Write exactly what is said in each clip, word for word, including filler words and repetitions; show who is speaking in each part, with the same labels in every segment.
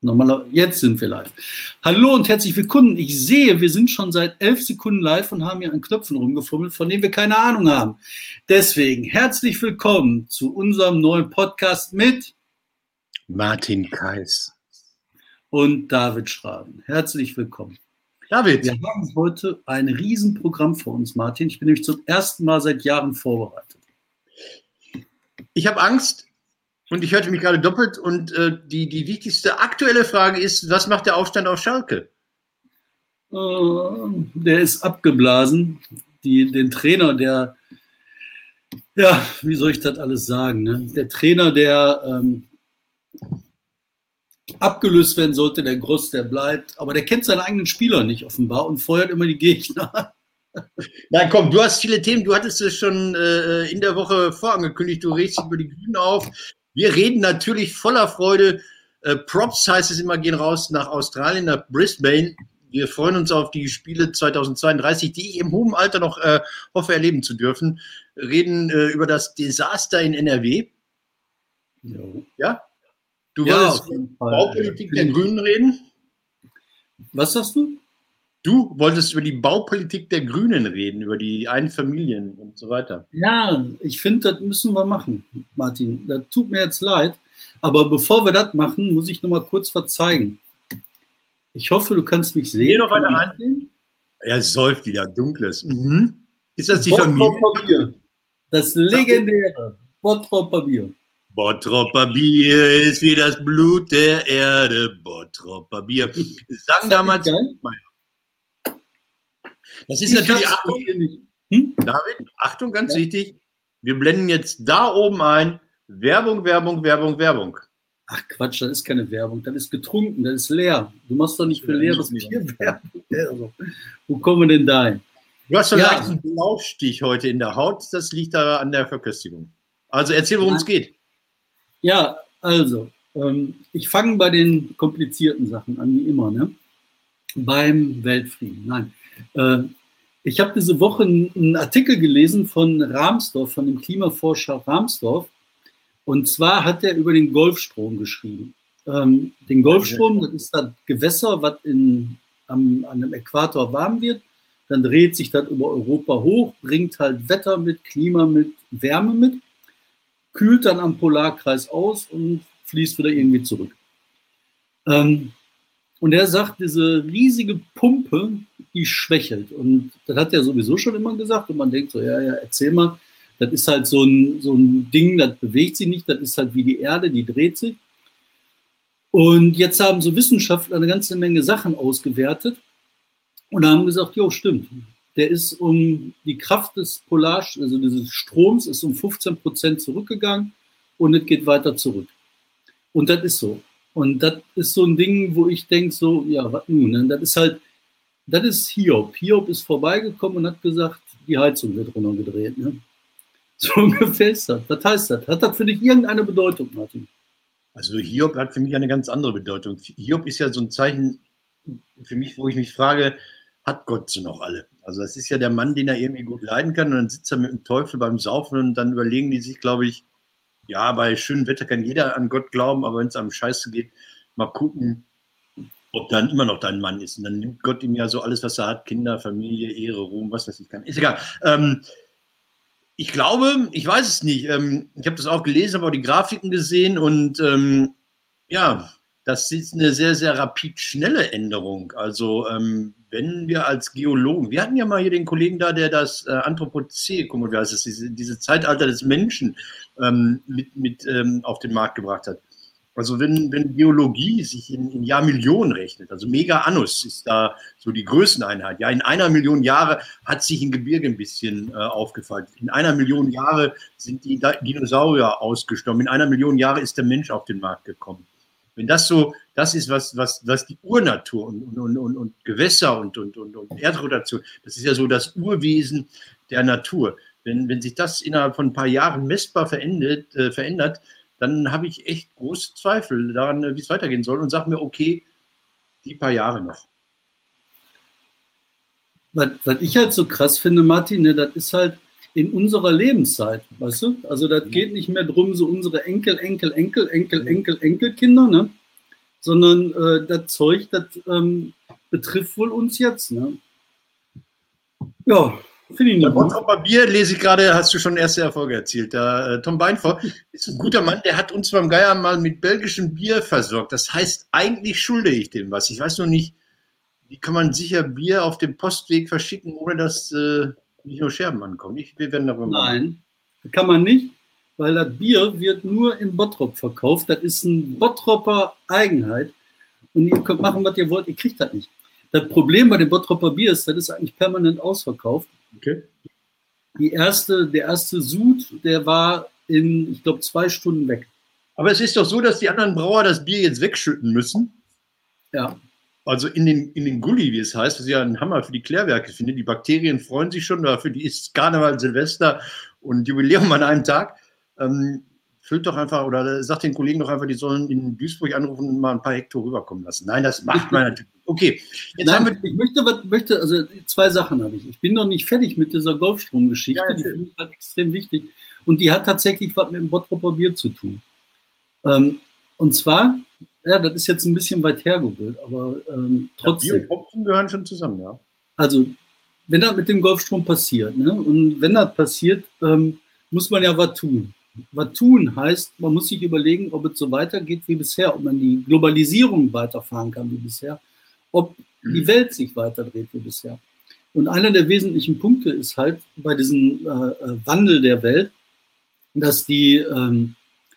Speaker 1: Normaler, jetzt sind wir live. Hallo und herzlich willkommen. Ich sehe, wir sind schon seit elf Sekunden live und haben hier an Knöpfen rumgefummelt, von denen wir keine Ahnung haben. Deswegen herzlich willkommen zu unserem neuen Podcast mit
Speaker 2: Martin Kais
Speaker 1: und David Schraden. Herzlich willkommen.
Speaker 2: David.
Speaker 1: Wir haben heute ein Riesenprogramm vor uns, Martin. Ich bin nämlich zum ersten Mal seit Jahren vorbereitet.
Speaker 2: Ich habe Angst. Und ich hörte mich gerade doppelt und äh, die, die wichtigste aktuelle Frage ist, was macht der Aufstand auf Schalke?
Speaker 1: Äh, der ist abgeblasen. Die, den Trainer, der, ja, wie soll ich das alles sagen? Ne? Der Trainer, der ähm, abgelöst werden sollte, der Gross, der bleibt. Aber der kennt seine eigenen Spieler nicht offenbar und feuert immer die Gegner.
Speaker 2: Nein, komm, du hast viele Themen. Du hattest es schon äh, in der Woche vorangekündigt. Du regst dich über die Grünen auf. Wir reden natürlich voller Freude. Äh, Props heißt es immer, gehen raus nach Australien, nach Brisbane. Wir freuen uns auf die Spiele zweitausendzweiunddreißig, die ich im hohen Alter noch äh, hoffe, erleben zu dürfen. Reden äh, über das Desaster in N R W.
Speaker 1: Jo.
Speaker 2: Ja? Du
Speaker 1: Ja,
Speaker 2: wolltest über die Baupolitik der Grünen reden?
Speaker 1: Was sagst du?
Speaker 2: Du wolltest über die Baupolitik der Grünen reden, über die Einfamilien und so weiter.
Speaker 1: Ja, ich finde, das müssen wir machen, Martin. Das tut mir jetzt leid. Aber bevor wir das machen, muss ich noch mal kurz was zeigen. Ich hoffe, du kannst mich sehen.
Speaker 2: Geh noch weiter rein. Er säuft wieder, dunkles. Mhm. Ist das die Familie?
Speaker 1: Das legendäre Bottroper Bier.
Speaker 2: Bottroper Bier ist wie das Blut der Erde. Bottroper Bier. Sagen damals... Das ist ich natürlich, Achtung, hm? David, Achtung, ganz ja. wichtig, wir blenden jetzt da oben ein, Werbung, Werbung, Werbung, Werbung.
Speaker 1: Ach Quatsch, das ist keine Werbung, das ist getrunken, das ist leer. Du machst doch nicht für leeres Bier Werbung. Also, wo kommen wir denn da hin?
Speaker 2: Du hast so ja. einen leichten Blaustich heute in der Haut, das liegt da an der Verköstigung. Also erzähl, worum ja. es geht.
Speaker 1: Ja, also, ähm, ich fange bei den komplizierten Sachen an, wie immer, ne? Beim Weltfrieden, nein. Ich habe diese Woche einen Artikel gelesen von Rahmsdorf, von dem Klimaforscher Rahmsdorf. Und zwar hat er über den Golfstrom geschrieben. Den Golfstrom, das ist das Gewässer, was in, am, an dem Äquator warm wird. Dann dreht sich das über Europa hoch, bringt halt Wetter mit, Klima mit, Wärme mit, kühlt dann am Polarkreis aus und fließt wieder irgendwie zurück. Und er sagt, diese riesige Pumpe, die schwächelt. Und das hat er sowieso schon immer gesagt. Und man denkt so, ja, ja, erzähl mal. Das ist halt so ein, so ein Ding, das bewegt sich nicht. Das ist halt wie die Erde, die dreht sich. Und jetzt haben so Wissenschaftler eine ganze Menge Sachen ausgewertet. Und haben gesagt, jo, stimmt. Der ist um die Kraft des Polar, also dieses Stroms, ist um fünfzehn Prozent zurückgegangen. Und es geht weiter zurück. Und das ist so. Und das ist so ein Ding, wo ich denke, so, ja, was nun? Ne? Das ist halt, das ist Hiob. Hiob ist vorbeigekommen und hat gesagt, die Heizung wird runtergedreht. Ne? So ungefähr ist das. Was heißt das? Hat das für dich irgendeine Bedeutung, Martin?
Speaker 2: Also Hiob hat für mich eine ganz andere Bedeutung. Hiob ist ja so ein Zeichen für mich, wo ich mich frage, hat Gott sie noch alle? Also das ist ja der Mann, den er irgendwie gut leiden kann und dann sitzt er mit dem Teufel beim Saufen und dann überlegen die sich, glaube ich, ja, bei schönem Wetter kann jeder an Gott glauben, aber wenn es einem Scheiße geht, mal gucken, ob dann immer noch dein Mann ist. Und dann nimmt Gott ihm ja so alles, was er hat, Kinder, Familie, Ehre, Ruhm, was weiß ich, kann. Ist egal. Ähm, ich glaube, ich weiß es nicht. Ähm, ich habe das auch gelesen, habe auch die Grafiken gesehen und ähm, ja, das ist eine sehr, sehr rapid schnelle Änderung. Also ähm, wenn wir als Geologen, wir hatten ja mal hier den Kollegen da, der das äh, Anthropozän, wie heißt das, diese, diese Zeitalter des Menschen ähm, mit, mit ähm, auf den Markt gebracht hat. Also wenn, wenn Geologie sich in, in Jahrmillionen rechnet, also Mega Annus ist da so die Größeneinheit. Ja, in einer Million Jahre hat sich ein Gebirge ein bisschen äh, aufgefaltet. In einer Million Jahre sind die Dinosaurier ausgestorben. In einer Million Jahre ist der Mensch auf den Markt gekommen. Wenn das so, das ist, was, was, was die Urnatur und, und, und, und Gewässer und, und, und, und Erdrotation, das ist ja so das Urwesen der Natur. Wenn, wenn sich das innerhalb von ein paar Jahren messbar verändert, äh, verändert dann habe ich echt große Zweifel daran, wie es weitergehen soll und sage mir, okay, die paar Jahre noch.
Speaker 1: Was, was ich halt so krass finde, Martin, ne, das ist halt in unserer Lebenszeit, weißt du? Also das geht nicht mehr drum, so unsere Enkel, Enkel, Enkel, Enkel, Enkel, Enkelkinder, ne? sondern äh, das Zeug, das ähm, betrifft wohl uns jetzt. Ne? Ja, finde ich nicht gut.
Speaker 2: Bottroper Bier lese ich gerade, hast du schon erste Erfolge erzielt. Der, äh, Tom Beinfor ist ein guter Mann, der hat uns beim Geier mal mit belgischem Bier versorgt. Das heißt, eigentlich schulde ich dem was. Ich weiß nur nicht, wie kann man sicher Bier auf dem Postweg verschicken, ohne dass äh, nicht nur Scherben ankommen. Ich, wir werden darüber
Speaker 1: Nein, kann man nicht, weil das Bier wird nur in Bottrop verkauft. Das ist ein Bottroper Eigenheit. Und ihr könnt machen, was ihr wollt, ihr kriegt das nicht. Das Problem bei dem Bottroper Bier ist, das ist eigentlich permanent ausverkauft.
Speaker 2: Okay.
Speaker 1: Die erste, der erste Sud, der war in, ich glaube, zwei Stunden weg.
Speaker 2: Aber es ist doch so, dass die anderen Brauer das Bier jetzt wegschütten müssen.
Speaker 1: Ja.
Speaker 2: Also in den, in den Gully, wie es heißt, was ich ja ein Hammer für die Klärwerke finde. Die Bakterien freuen sich schon, dafür die ist Karneval, Silvester und Jubiläum an einem Tag. Ähm, füllt doch einfach, oder sagt den Kollegen doch einfach, die sollen in Duisburg anrufen und mal ein paar Hektar rüberkommen lassen. Nein, das macht man natürlich. Okay,
Speaker 1: jetzt Nein, haben wir. Ich möchte, was, möchte, also zwei Sachen habe ich. Ich bin noch nicht fertig mit dieser Golfstromgeschichte, ja, die finde ich halt extrem wichtig. Und die hat tatsächlich was mit dem Bottroper Bier zu tun. Ähm, und zwar, ja, das ist jetzt ein bisschen weit hergeholt, aber ähm, trotzdem.
Speaker 2: Ja, Bier und Hopfen gehören schon zusammen, ja.
Speaker 1: Also, wenn das mit dem Golfstrom passiert, ne, und wenn das passiert, ähm, muss man ja was tun. Was tun heißt, man muss sich überlegen, ob es so weitergeht wie bisher, ob man die Globalisierung weiterfahren kann wie bisher, ob die Welt sich weiterdreht wie bisher. Und einer der wesentlichen Punkte ist halt bei diesem äh, Wandel der Welt, dass die, ähm,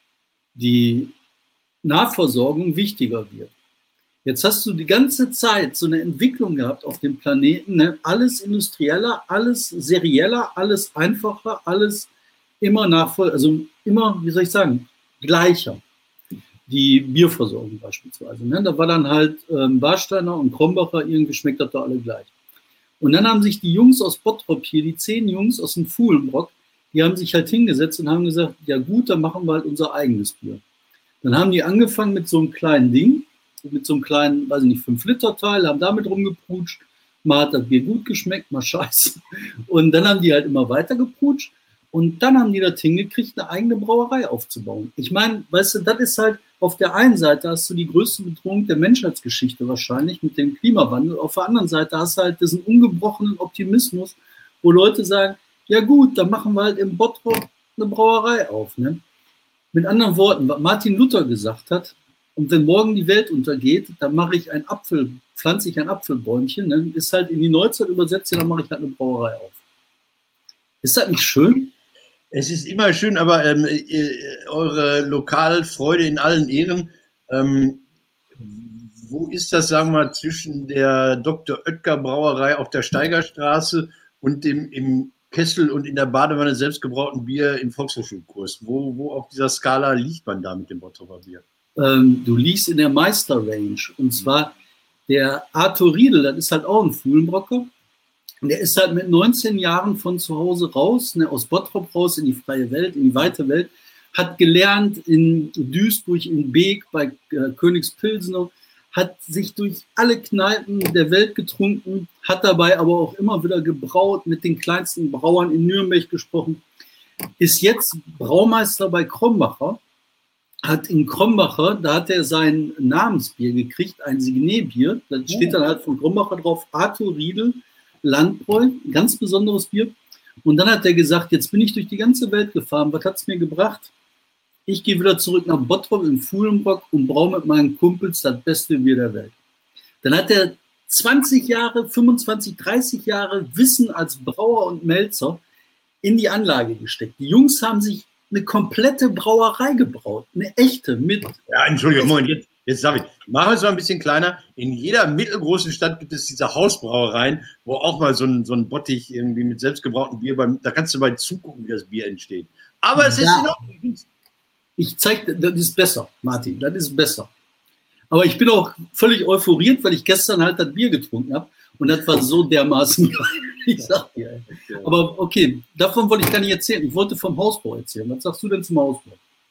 Speaker 1: die Nahversorgung wichtiger wird. Jetzt hast du die ganze Zeit so eine Entwicklung gehabt auf dem Planeten, ne? Alles industrieller, alles serieller, alles einfacher, alles immer nachvoll, also immer, wie soll ich sagen, gleicher. Die Bierversorgung beispielsweise. Ne? Da war dann halt ähm, Warsteiner und Krombacher, irgendwie schmeckt das da alle gleich. Und dann haben sich die Jungs aus Bottrop hier, die zehn Jungs aus dem Fuhlenbrock, die haben sich halt hingesetzt und haben gesagt, ja gut, dann machen wir halt unser eigenes Bier. Dann haben die angefangen mit so einem kleinen Ding, mit so einem kleinen, weiß ich nicht, fünf Liter Teil, haben damit rumgeprutscht, mal hat das Bier gut geschmeckt, mal scheiße. Und dann haben die halt immer weiter geprutscht. Und dann haben die das hingekriegt, eine eigene Brauerei aufzubauen. Ich meine, weißt du, das ist halt, auf der einen Seite hast du die größte Bedrohung der Menschheitsgeschichte wahrscheinlich mit dem Klimawandel. Auf der anderen Seite hast du halt diesen ungebrochenen Optimismus, wo Leute sagen, ja gut, dann machen wir halt im Bottrop eine Brauerei auf. Ne? Mit anderen Worten, was Martin Luther gesagt hat, und wenn morgen die Welt untergeht, dann mache ich ein Apfel, pflanze ich ein Apfelbäumchen, ne? Ist halt in die Neuzeit übersetzt, dann mache ich halt eine Brauerei auf. Ist das nicht schön?
Speaker 2: Es ist immer schön, aber ähm, äh, eure Lokalfreude in allen Ehren. Ähm, wo ist das, sagen wir mal, zwischen der Doktor Oetker Brauerei auf der Steigerstraße und dem im Kessel und in der Badewanne selbstgebrauten Bier im Volkshochschulkurs? Wo, wo auf dieser Skala liegt man da mit dem Bottroper Bier?
Speaker 1: Ähm, du liegst in der Meister-Range. Und zwar der Arthur Riedel, das ist halt auch ein Fuhlenbrocker. Und der ist halt mit neunzehn Jahren von zu Hause raus, ne, aus Bottrop raus in die freie Welt, in die weite Welt, hat gelernt in Duisburg, in Beek, bei äh, Königspilsner, hat sich durch alle Kneipen der Welt getrunken, hat dabei aber auch immer wieder gebraut, mit den kleinsten Brauern in Nürnberg gesprochen, ist jetzt Braumeister bei Krombacher, hat in Krombacher, da hat er sein Namensbier gekriegt, ein Signet-Bier, da steht dann halt von Krombacher drauf, Arthur Riedel, Landbräu, ein ganz besonderes Bier. Und dann hat er gesagt, jetzt bin ich durch die ganze Welt gefahren, was hat es mir gebracht? Ich gehe wieder zurück nach Bottrop in Fuhlenbrock und braue mit meinen Kumpels das beste Bier der Welt. Dann hat er zwanzig Jahre, fünfundzwanzig, dreißig Jahre Wissen als Brauer und Melzer in die Anlage gesteckt. Die Jungs haben sich eine komplette Brauerei gebraut, eine echte mit.
Speaker 2: Ja, Entschuldigung, Moment, jetzt, jetzt sage ich, machen wir es mal ein bisschen kleiner. In jeder mittelgroßen Stadt gibt es diese Hausbrauereien, wo auch mal so ein, so ein Bottich irgendwie mit selbstgebrautem Bier, beim, da kannst du mal zugucken, wie das Bier entsteht. Aber es ja. ist noch.
Speaker 1: Ich zeige, das ist besser, Martin, das ist besser. Aber ich bin auch völlig euphoriert, weil ich gestern halt das Bier getrunken habe und das war so dermaßen geil. Ich sag dir, ey. Aber okay, davon wollte ich gar nicht erzählen. Ich wollte vom Hausbau erzählen. Was sagst du denn zum Hausbau?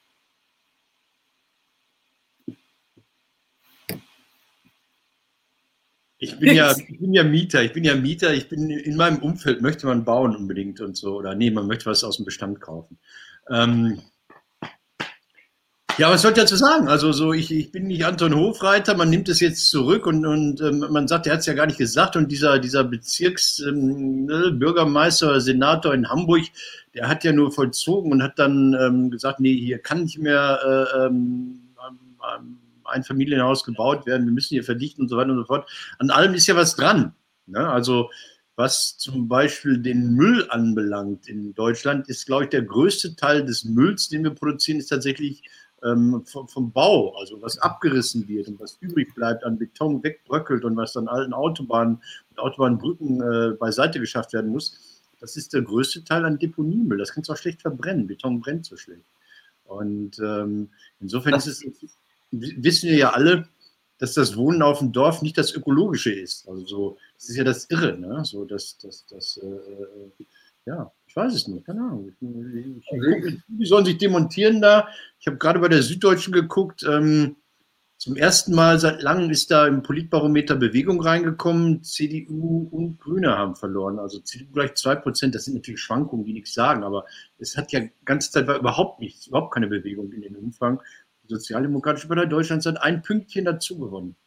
Speaker 2: Ich bin, ja, ich bin ja Mieter, ich bin ja Mieter, ich bin in meinem Umfeld, möchte man bauen unbedingt und so, oder nee, man möchte was aus dem Bestand kaufen. Ähm, Ja, was soll ich dazu sagen? Also so, ich, ich bin nicht Anton Hofreiter, man nimmt es jetzt zurück und, und ähm, man sagt, er hat es ja gar nicht gesagt. Und dieser, dieser Bezirksbürgermeister ähm, oder Senator in Hamburg, der hat ja nur vollzogen und hat dann ähm, gesagt, nee, hier kann nicht mehr äh, ähm, ein Familienhaus gebaut werden, wir müssen hier verdichten und so weiter und so fort. An allem ist ja was dran. Ne? Also was zum Beispiel den Müll anbelangt in Deutschland, ist, glaube ich, der größte Teil des Mülls, den wir produzieren, ist tatsächlich ähm, vom, vom Bau, also was abgerissen wird und was übrig bleibt an Beton wegbröckelt und was an alten Autobahnen und Autobahnbrücken äh, beiseite geschafft werden muss. Das ist der größte Teil an Deponiemüll. Das kannst du auch schlecht verbrennen. Beton brennt so schlecht. Und ähm, insofern ist es, wissen wir ja alle, dass das Wohnen auf dem Dorf nicht das Ökologische ist. Also so, das ist ja das Irre, ne? So, dass das, das, äh, ja, ich weiß es nicht, keine Ahnung. Ich, ich, die sollen sich demontieren da. Ich habe gerade bei der Süddeutschen geguckt, ähm, zum ersten Mal seit langem ist da im Politbarometer Bewegung reingekommen. C D U und Grüne haben verloren. Also C D U gleich zwei Prozent. Das sind natürlich Schwankungen, die nichts sagen, aber es hat ja die ganze Zeit war überhaupt nichts, überhaupt keine Bewegung in den Umfang. Die Sozialdemokratische Partei Deutschlands hat ein Pünktchen dazu gewonnen.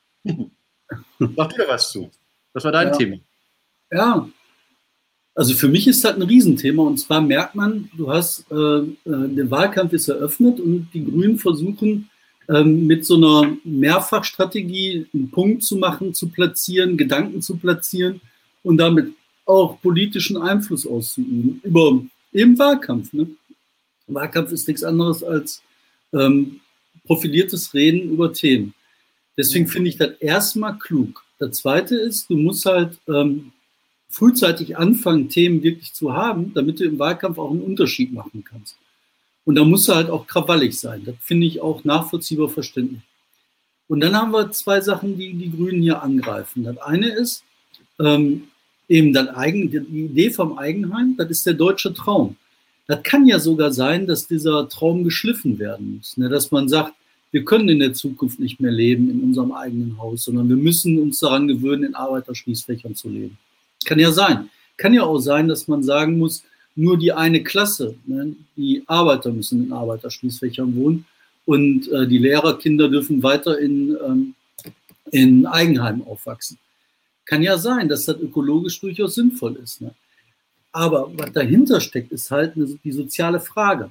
Speaker 2: Sag du da was zu? Das war dein
Speaker 1: Ja.
Speaker 2: Thema.
Speaker 1: Ja, also für mich ist das ein Riesenthema und zwar merkt man, du hast, äh, der Wahlkampf ist eröffnet und die Grünen versuchen ähm, mit so einer Mehrfachstrategie einen Punkt zu machen, zu platzieren, Gedanken zu platzieren und damit auch politischen Einfluss auszuüben über eben Wahlkampf. Ne? Wahlkampf ist nichts anderes als ähm, profiliertes Reden über Themen. Deswegen finde ich das erstmal klug. Das Zweite ist, du musst halt ähm, frühzeitig anfangen, Themen wirklich zu haben, damit du im Wahlkampf auch einen Unterschied machen kannst. Und da musst du halt auch krawallig sein. Das finde ich auch nachvollziehbar verständlich. Und dann haben wir zwei Sachen, die die Grünen hier angreifen. Das eine ist ähm, eben das Eigen, die Idee vom Eigenheim, das ist der deutsche Traum. Das kann ja sogar sein, dass dieser Traum geschliffen werden muss. Ne? Dass man sagt, wir können in der Zukunft nicht mehr leben in unserem eigenen Haus, sondern wir müssen uns daran gewöhnen, in Arbeiterschließfächern zu leben. Kann ja sein. Kann ja auch sein, dass man sagen muss, nur die eine Klasse, ne, die Arbeiter müssen in Arbeiterschließfächern wohnen und äh, die Lehrerkinder dürfen weiter in, ähm, in Eigenheimen aufwachsen. Kann ja sein, dass das ökologisch durchaus sinnvoll ist. Ne? Aber was dahinter steckt, ist halt eine, die soziale Frage.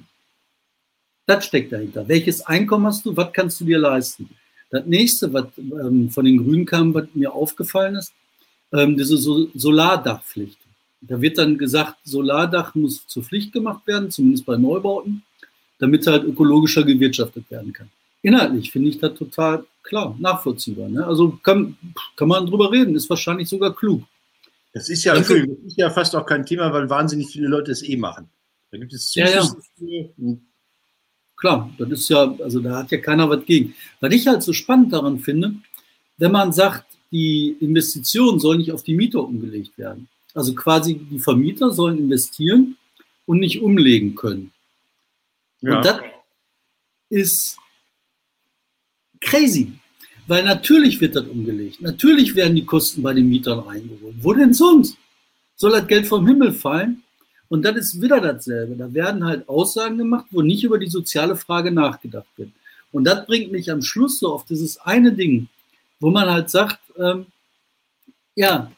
Speaker 1: Das steckt dahinter. Welches Einkommen hast du? Was kannst du dir leisten? Das nächste, was ähm, von den Grünen kam, was mir aufgefallen ist, ähm, diese so Solardachpflicht. Da wird dann gesagt, Solardach muss zur Pflicht gemacht werden, zumindest bei Neubauten, damit halt ökologischer gewirtschaftet werden kann. Inhaltlich finde ich das total klar, nachvollziehbar. Ne? Also kann, kann man drüber reden, ist wahrscheinlich sogar klug.
Speaker 2: Das ist ja, das ist ja fast auch kein Thema, weil wahnsinnig viele Leute es eh machen. Da gibt es
Speaker 1: Zuschüsse. Ja, ja. Klar, das ist ja, also da hat ja keiner was gegen. Was ich halt so spannend daran finde, wenn man sagt, die Investitionen sollen nicht auf die Mieter umgelegt werden. Also quasi die Vermieter sollen investieren und nicht umlegen können. Ja. Und das ist crazy, weil natürlich wird das umgelegt. Natürlich werden die Kosten bei den Mietern eingeholt. Wo denn sonst? Soll das Geld vom Himmel fallen? Und das ist wieder dasselbe. Da werden halt Aussagen gemacht, wo nicht über die soziale Frage nachgedacht wird. Und das bringt mich am Schluss so auf dieses eine Ding, wo man halt sagt, ähm, ja,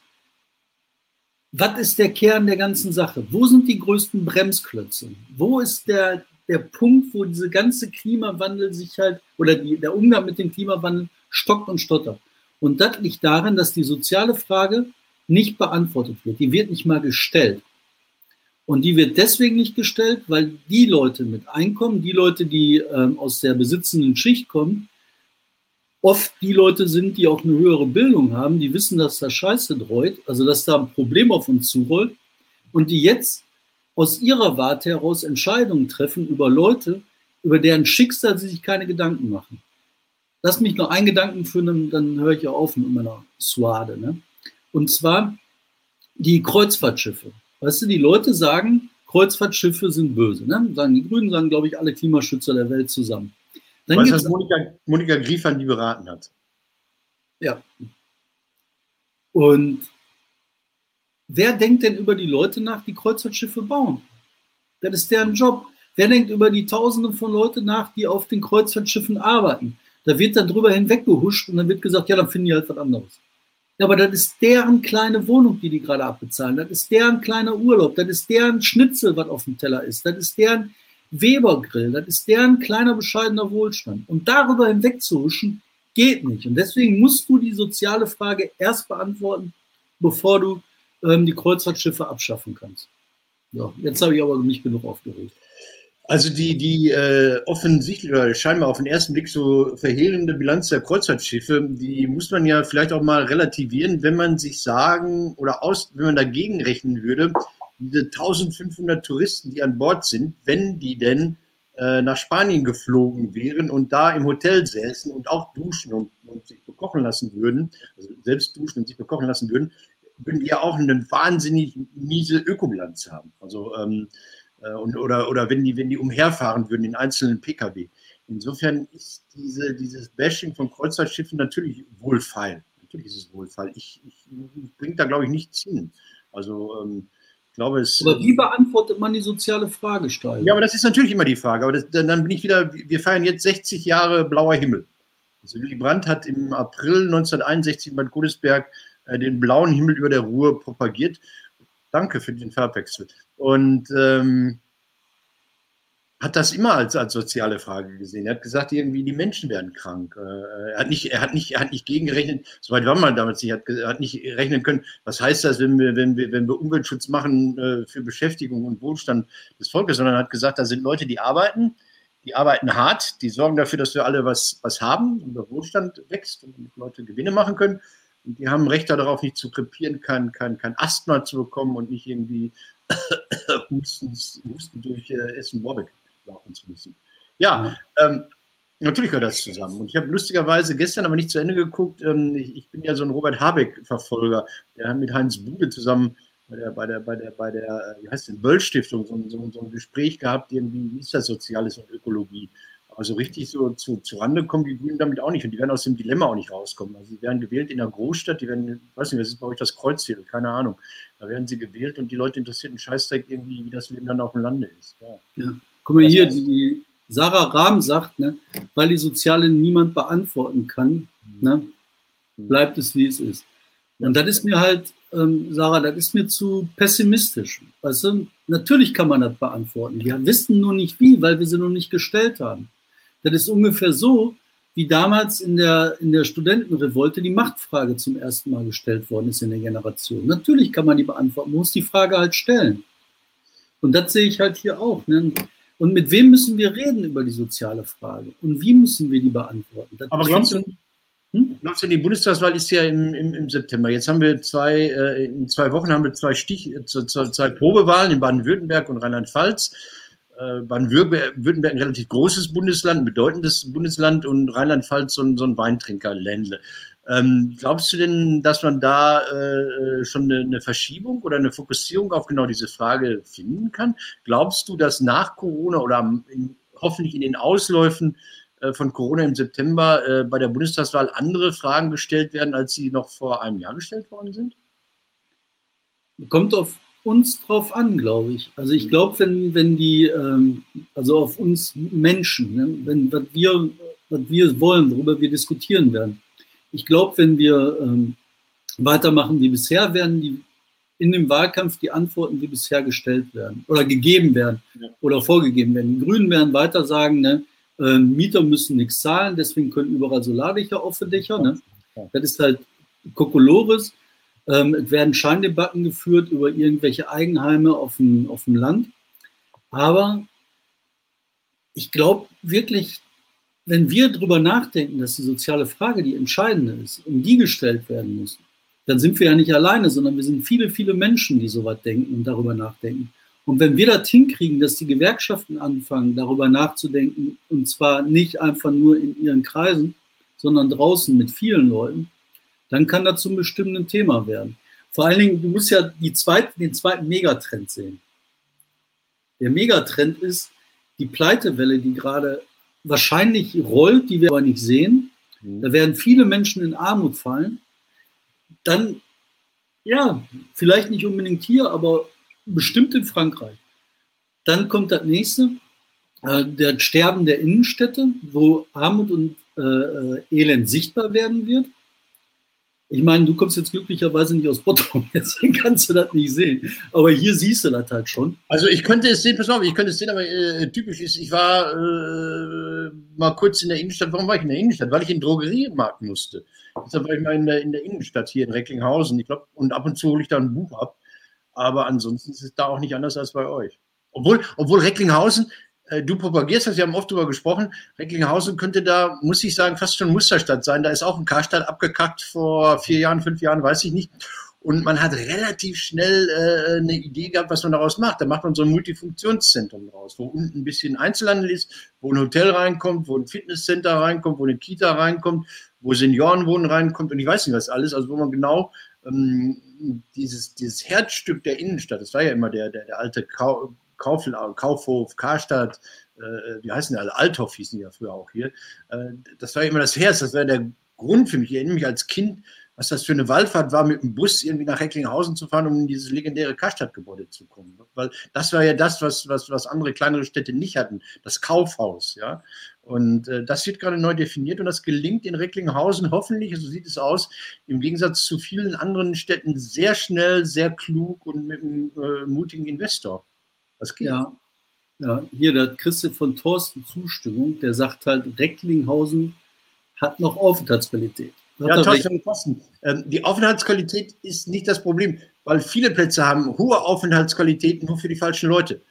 Speaker 1: was ist der Kern der ganzen Sache? Wo sind die größten Bremsklötze? Wo ist der, der Punkt, wo diese ganze Klimawandel sich halt, oder die, der Umgang mit dem Klimawandel stockt und stottert? Und das liegt darin, dass die soziale Frage nicht beantwortet wird. Die wird nicht mal gestellt. Und die wird deswegen nicht gestellt, weil die Leute mit Einkommen, die Leute, die ähm, aus der besitzenden Schicht kommen, oft die Leute sind, die auch eine höhere Bildung haben, die wissen, dass da Scheiße dreut, also dass da ein Problem auf uns zurollt und die jetzt aus ihrer Warte heraus Entscheidungen treffen über Leute, über deren Schicksal sie sich keine Gedanken machen. Lass mich noch einen Gedanken führen, dann höre ich ja auf mit meiner Suade. Ne? Und zwar die Kreuzfahrtschiffe. Weißt du, die Leute sagen, Kreuzfahrtschiffe sind böse. Ne? Sagen die Grünen, sagen, glaube ich, alle Klimaschützer der Welt zusammen.
Speaker 2: Dann weißt du, was Monika, Monika Griefern die beraten hat?
Speaker 1: Ja. Und wer denkt denn über die Leute nach, die Kreuzfahrtschiffe bauen? Das ist deren Job. Wer denkt über die Tausende von Leuten nach, die auf den Kreuzfahrtschiffen arbeiten? Da wird dann drüber hinweggehuscht und dann wird gesagt, ja, dann finden die halt was anderes. Ja, aber das ist deren kleine Wohnung, die die gerade abbezahlen. Das ist deren kleiner Urlaub. Das ist deren Schnitzel, was auf dem Teller ist. Das ist deren Webergrill. Das ist deren kleiner, bescheidener Wohlstand. Und darüber hinwegzuhuschen, geht nicht. Und deswegen musst du die soziale Frage erst beantworten, bevor du ähm, die Kreuzfahrtschiffe abschaffen kannst. So, jetzt habe ich aber nicht genug aufgeregt.
Speaker 2: Also die, die äh, offensichtlich oder scheinbar auf den ersten Blick so verheerende Bilanz der Kreuzfahrtschiffe, die muss man ja vielleicht auch mal relativieren, wenn man sich sagen oder aus, wenn man dagegen rechnen würde, diese eintausendfünfhundert Touristen, die an Bord sind, wenn die denn äh, nach Spanien geflogen wären und da im Hotel säßen und auch duschen und, und sich bekochen lassen würden, also selbst duschen und sich bekochen lassen würden, würden die ja auch eine wahnsinnig miese Ökobilanz haben. Also ähm, Und, oder, oder wenn die, wenn die umherfahren würden in einzelnen Pkw. Insofern ist diese, dieses Bashing von Kreuzfahrtschiffen natürlich wohlfeil. Natürlich ist es wohlfeil. Ich, ich, ich bringe da, glaube ich, nichts hin. Also ähm, ich glaube, es.
Speaker 1: Aber wie beantwortet man die soziale Fragestelle?
Speaker 2: Ja, aber das ist natürlich immer die Frage. Aber das, dann bin ich wieder, wir feiern jetzt sechzig Jahre blauer Himmel. Also Willy Brandt hat im April neunzehnhunderteinundsechzig in Bad Godesberg äh, den blauen Himmel über der Ruhr propagiert. Danke für den Farbwechsel. Und ähm, hat das immer als, als soziale Frage gesehen. Er hat gesagt, irgendwie die Menschen werden krank. Äh, er, hat nicht, er, hat nicht, er hat nicht gegengerechnet, soweit war man damals nicht, er hat nicht rechnen können, was heißt das, wenn wir, wenn wir, wenn wir Umweltschutz machen äh, für Beschäftigung und Wohlstand des Volkes, sondern hat gesagt, da sind Leute, die arbeiten, die arbeiten hart, die sorgen dafür, dass wir alle was, was haben und der Wohlstand wächst und Leute Gewinne machen können. Und die haben Recht darauf, nicht zu krepieren, kein, kein, kein Asthma zu bekommen und nicht irgendwie Husten, Husten durch äh, Essen Warbeck laufen zu müssen. Ja, ja. Ähm, natürlich gehört das zusammen. Und ich habe lustigerweise gestern aber nicht zu Ende geguckt. Ähm, ich, ich bin ja so ein Robert Habeck-Verfolger. Der hat mit Heinz Bude zusammen bei der, bei der, bei der, bei der wie heißt denn, Böll-Stiftung so, so, so ein Gespräch gehabt, irgendwie, wie ist das Soziales und Ökologie? Also richtig so zu, zu Rande kommen die Grünen damit auch nicht. Und die werden aus dem Dilemma auch nicht rauskommen. Also sie werden gewählt in einer Großstadt, die werden, ich weiß nicht, was ist bei euch das Kreuzviertel? Keine Ahnung. Da werden sie gewählt und die Leute interessiert einen Scheißdreck irgendwie, wie das Leben dann auf dem Lande ist. Ja.
Speaker 1: Ja. Guck mal hier, die, die Sarah Rahm sagt, ne, weil die Soziale niemand beantworten kann, ne, bleibt es, wie es ist. Und das ist mir halt, ähm, Sarah, das ist mir zu pessimistisch. Weißt du? Natürlich kann man das beantworten. Wir wissen nur nicht wie, weil wir sie noch nicht gestellt haben. Das ist ungefähr so, wie damals in der, in der Studentenrevolte die Machtfrage zum ersten Mal gestellt worden ist in der Generation. Natürlich kann man die beantworten, man muss die Frage halt stellen. Und das sehe ich halt hier auch. Ne? Und mit wem müssen wir reden über die soziale Frage? Und wie müssen wir die beantworten? Das
Speaker 2: Aber glaubst du, hm? glaubst du, die Bundestagswahl ist ja im, im, im September. Jetzt haben wir zwei, äh, in zwei Wochen haben wir zwei, Stich, äh, zwei Probewahlen in Baden-Württemberg und Rheinland-Pfalz. Baden-Württemberg ein relativ großes Bundesland, ein bedeutendes Bundesland und Rheinland-Pfalz so ein, so ein Weintrinkerländle. Ähm, glaubst du denn, dass man da äh, schon eine, eine Verschiebung oder eine Fokussierung auf genau diese Frage finden kann? Glaubst du, dass nach Corona oder in, hoffentlich in den Ausläufen äh, von Corona im September äh, bei der Bundestagswahl andere Fragen gestellt werden, als sie noch vor einem Jahr gestellt worden sind?
Speaker 1: Kommt auf uns drauf an, glaube ich. Also ich glaube, wenn, wenn die, ähm, also auf uns Menschen, ne, wenn was wir, was wir wollen, worüber wir diskutieren werden. Ich glaube, wenn wir ähm, weitermachen wie bisher, werden die in dem Wahlkampf die Antworten wie bisher gestellt werden oder gegeben werden ja. oder vorgegeben werden. Die Grünen werden weiter sagen, ne, äh, Mieter müssen nichts zahlen, deswegen können überall Solardächer auf den Dächer. Ne? Das ist halt Kokolores. Ähm, es werden Scheindebatten geführt über irgendwelche Eigenheime auf dem, auf dem Land. Aber ich glaube wirklich, wenn wir darüber nachdenken, dass die soziale Frage die entscheidende ist, um die gestellt werden muss, dann sind wir ja nicht alleine, sondern wir sind viele, viele Menschen, die so weit denken und darüber nachdenken. Und wenn wir das hinkriegen, dass die Gewerkschaften anfangen, darüber nachzudenken, und zwar nicht einfach nur in ihren Kreisen, sondern draußen mit vielen Leuten, dann kann das zum bestimmten Thema werden. Vor allen Dingen, du musst ja die zweite, den zweiten Megatrend sehen. Der Megatrend ist die Pleitewelle, die gerade wahrscheinlich rollt, die wir aber nicht sehen. Da werden viele Menschen in Armut fallen. Dann, ja, vielleicht nicht unbedingt hier, aber bestimmt in Frankreich. Dann kommt das nächste. äh, das Sterben der Innenstädte, wo Armut und äh, Elend sichtbar werden wird. Ich meine, du kommst jetzt glücklicherweise nicht aus Bottrop, deswegen kannst du das nicht sehen. Aber hier siehst du das halt schon.
Speaker 2: Also ich könnte es sehen, pass auf, ich könnte es sehen, aber äh, typisch ist, ich war äh, mal kurz in der Innenstadt. Warum war ich in der Innenstadt? Weil ich in den Drogeriemarkt musste. Deshalb war ich mal in der, in der Innenstadt hier in Recklinghausen. Ich glaube, und ab und zu hole ich da ein Buch ab. Aber ansonsten ist es da auch nicht anders als bei euch. Obwohl, obwohl Recklinghausen, äh, du propagierst das, wir haben oft darüber gesprochen, Recklinghausen könnte da, muss ich sagen, fast schon Musterstadt sein. Da ist auch ein Karstadt abgekackt vor vier Jahren, fünf Jahren, weiß ich nicht. Und man hat relativ schnell äh, eine Idee gehabt, was man daraus macht. Da macht man so ein Multifunktionszentrum raus, wo unten ein bisschen Einzelhandel ist, wo ein Hotel reinkommt, wo ein Fitnesscenter reinkommt, wo eine Kita reinkommt, wo Seniorenwohnen reinkommt und ich weiß nicht was alles. Also wo man genau ähm, dieses, dieses Herzstück der Innenstadt, das war ja immer der, der, der alte Kau Kauf, Kaufhof, Karstadt, äh, wie heißen die alle? Althoff hießen die ja früher auch hier. Äh, das war ja immer das Herz, das war der Grund für mich. Ich erinnere mich als Kind, was das für eine Wallfahrt war, mit dem Bus irgendwie nach Recklinghausen zu fahren, um in dieses legendäre Karstadtgebäude zu kommen. Weil das war ja das, was, was, was andere kleinere Städte nicht hatten, das Kaufhaus. Ja? Und äh, das wird gerade neu definiert und das gelingt in Recklinghausen hoffentlich, so sieht es aus, im Gegensatz zu vielen anderen Städten sehr schnell, sehr klug und mit einem äh, mutigen Investor.
Speaker 1: Das geht. Ja, ja, hier, da kriegst du von Thorsten Zustimmung, der sagt halt, Recklinghausen hat noch Aufenthaltsqualität.
Speaker 2: Ja, Thorsten, ähm, die Aufenthaltsqualität ist nicht das Problem, weil viele Plätze haben hohe Aufenthaltsqualität nur für die falschen Leute.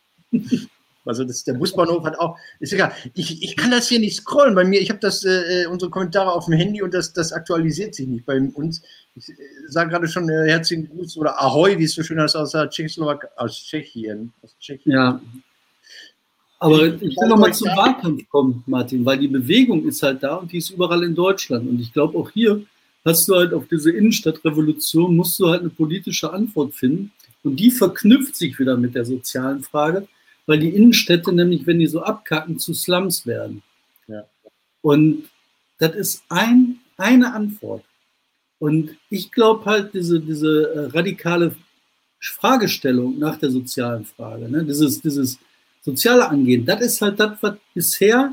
Speaker 2: Also das, der Busbahnhof hat auch, ist egal. Ich, ich kann das hier nicht scrollen bei mir. Ich habe das äh, unsere Kommentare auf dem Handy und das, das aktualisiert sich nicht bei uns. Ich äh, sage gerade schon äh, herzlichen Gruß oder Ahoi, wie es so schön heißt, aus der Tschechoslowakei, aus Tschechien. Aus Tschechien.
Speaker 1: Ja. Aber ich will nochmal zum Wahlkampf kommen, Martin, weil die Bewegung ist halt da und die ist überall in Deutschland. Und ich glaube, auch hier hast du halt auf diese Innenstadtrevolution, musst du halt eine politische Antwort finden. Und die verknüpft sich wieder mit der sozialen Frage, weil die Innenstädte nämlich, wenn die so abkacken, zu Slums werden.
Speaker 2: Ja.
Speaker 1: Und das ist ein, eine Antwort. Und ich glaube halt, diese, diese äh, radikale Fragestellung nach der sozialen Frage, ne, dieses, dieses soziale Angehen, das ist halt das, was bisher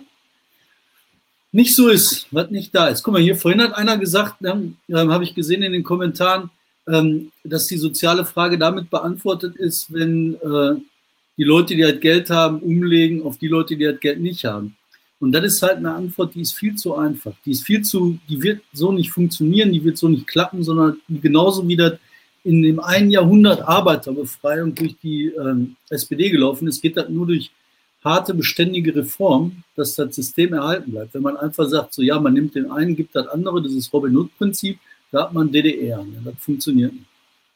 Speaker 1: nicht so ist, was nicht da ist. Guck mal, hier vorhin hat einer gesagt, ne, äh, habe ich gesehen in den Kommentaren, ähm, dass die soziale Frage damit beantwortet ist, wenn äh, die Leute, die halt Geld haben, umlegen auf die Leute, die halt Geld nicht haben. Und das ist halt eine Antwort, die ist viel zu einfach. Die ist viel zu, die wird so nicht funktionieren, die wird so nicht klappen, sondern genauso wie das in dem einen Jahrhundert Arbeiterbefreiung durch die ähm, S P D gelaufen ist, geht das nur durch harte, beständige Reformen, dass das System erhalten bleibt. Wenn man einfach sagt, so ja, man nimmt den einen, gibt das andere, das ist Robin Hood-Prinzip, da hat man D D R. Ne? Das funktioniert nicht.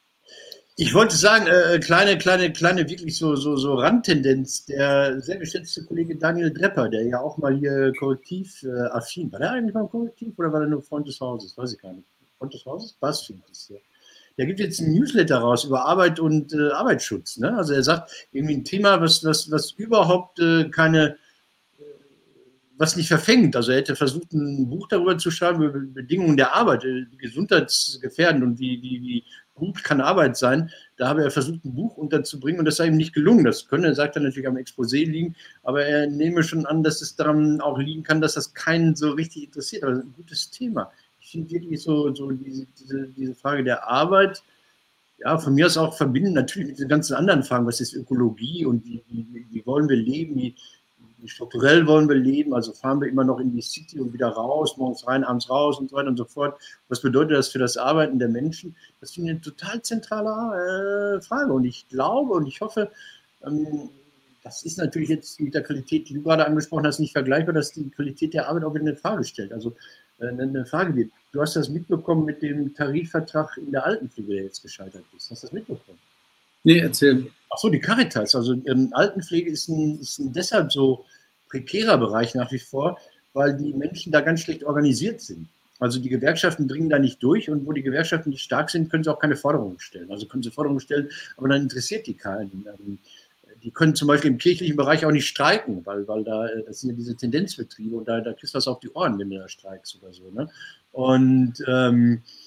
Speaker 2: Ich wollte sagen, äh, kleine, kleine, kleine, wirklich so, so, so Randtendenz. Der sehr geschätzte Kollege Daniel Drepper, der ja auch mal hier korrektiv äh, affin war. Der eigentlich mal korrektiv oder war der nur Freund des Hauses? Weiß ich gar nicht. Freund des Hauses? BuzzFeed ist der. Der gibt jetzt ein Newsletter raus über Arbeit und äh, Arbeitsschutz. Ne? Also er sagt, irgendwie ein Thema, was, was, was überhaupt äh, keine, äh, was nicht verfängt. Also er hätte versucht, ein Buch darüber zu schreiben, über Bedingungen der Arbeit, äh, gesundheitsgefährdend und wie, wie, wie gut kann Arbeit sein. Da habe er versucht, ein Buch unterzubringen und das sei ihm nicht gelungen. Das könne, sagt er, natürlich am Exposé liegen, aber er nehme schon an, dass es daran auch liegen kann, dass das keinen so richtig interessiert. Aber ein gutes Thema. Ich finde wirklich so, so diese, diese, diese Frage der Arbeit, ja, von mir aus auch verbinden, natürlich mit den ganzen anderen Fragen, was ist Ökologie und wie, wie, wie wollen wir leben, wie, wie strukturell wollen wir leben, also fahren wir immer noch in die City und wieder raus, morgens rein, abends raus und so weiter und so fort. Was bedeutet das für das Arbeiten der Menschen? Das finde ich eine total zentrale äh, Frage und ich glaube und ich hoffe, ähm, das ist natürlich jetzt mit der Qualität, die du gerade angesprochen hast, nicht vergleichbar, dass die Qualität der Arbeit auch wieder eine Frage stellt. Also eine Frage wird. Du hast das mitbekommen mit dem Tarifvertrag in der Altenpflege, der jetzt gescheitert ist. Hast du das mitbekommen?
Speaker 1: Nee, erzähl.
Speaker 2: Ach so, die Caritas. Also ähm, Altenpflege ist ein, ist ein deshalb so prekärer Bereich nach wie vor, weil die Menschen da ganz schlecht organisiert sind. Also die Gewerkschaften dringen da nicht durch und wo die Gewerkschaften nicht stark sind, können sie auch keine Forderungen stellen. Also können sie Forderungen stellen, aber dann interessiert die keinen. Die können zum Beispiel im kirchlichen Bereich auch nicht streiken, weil, weil da, das sind ja diese Tendenzbetriebe und da, da kriegst du was auf die Ohren, wenn du da streikst oder so. Ne? Und ähm,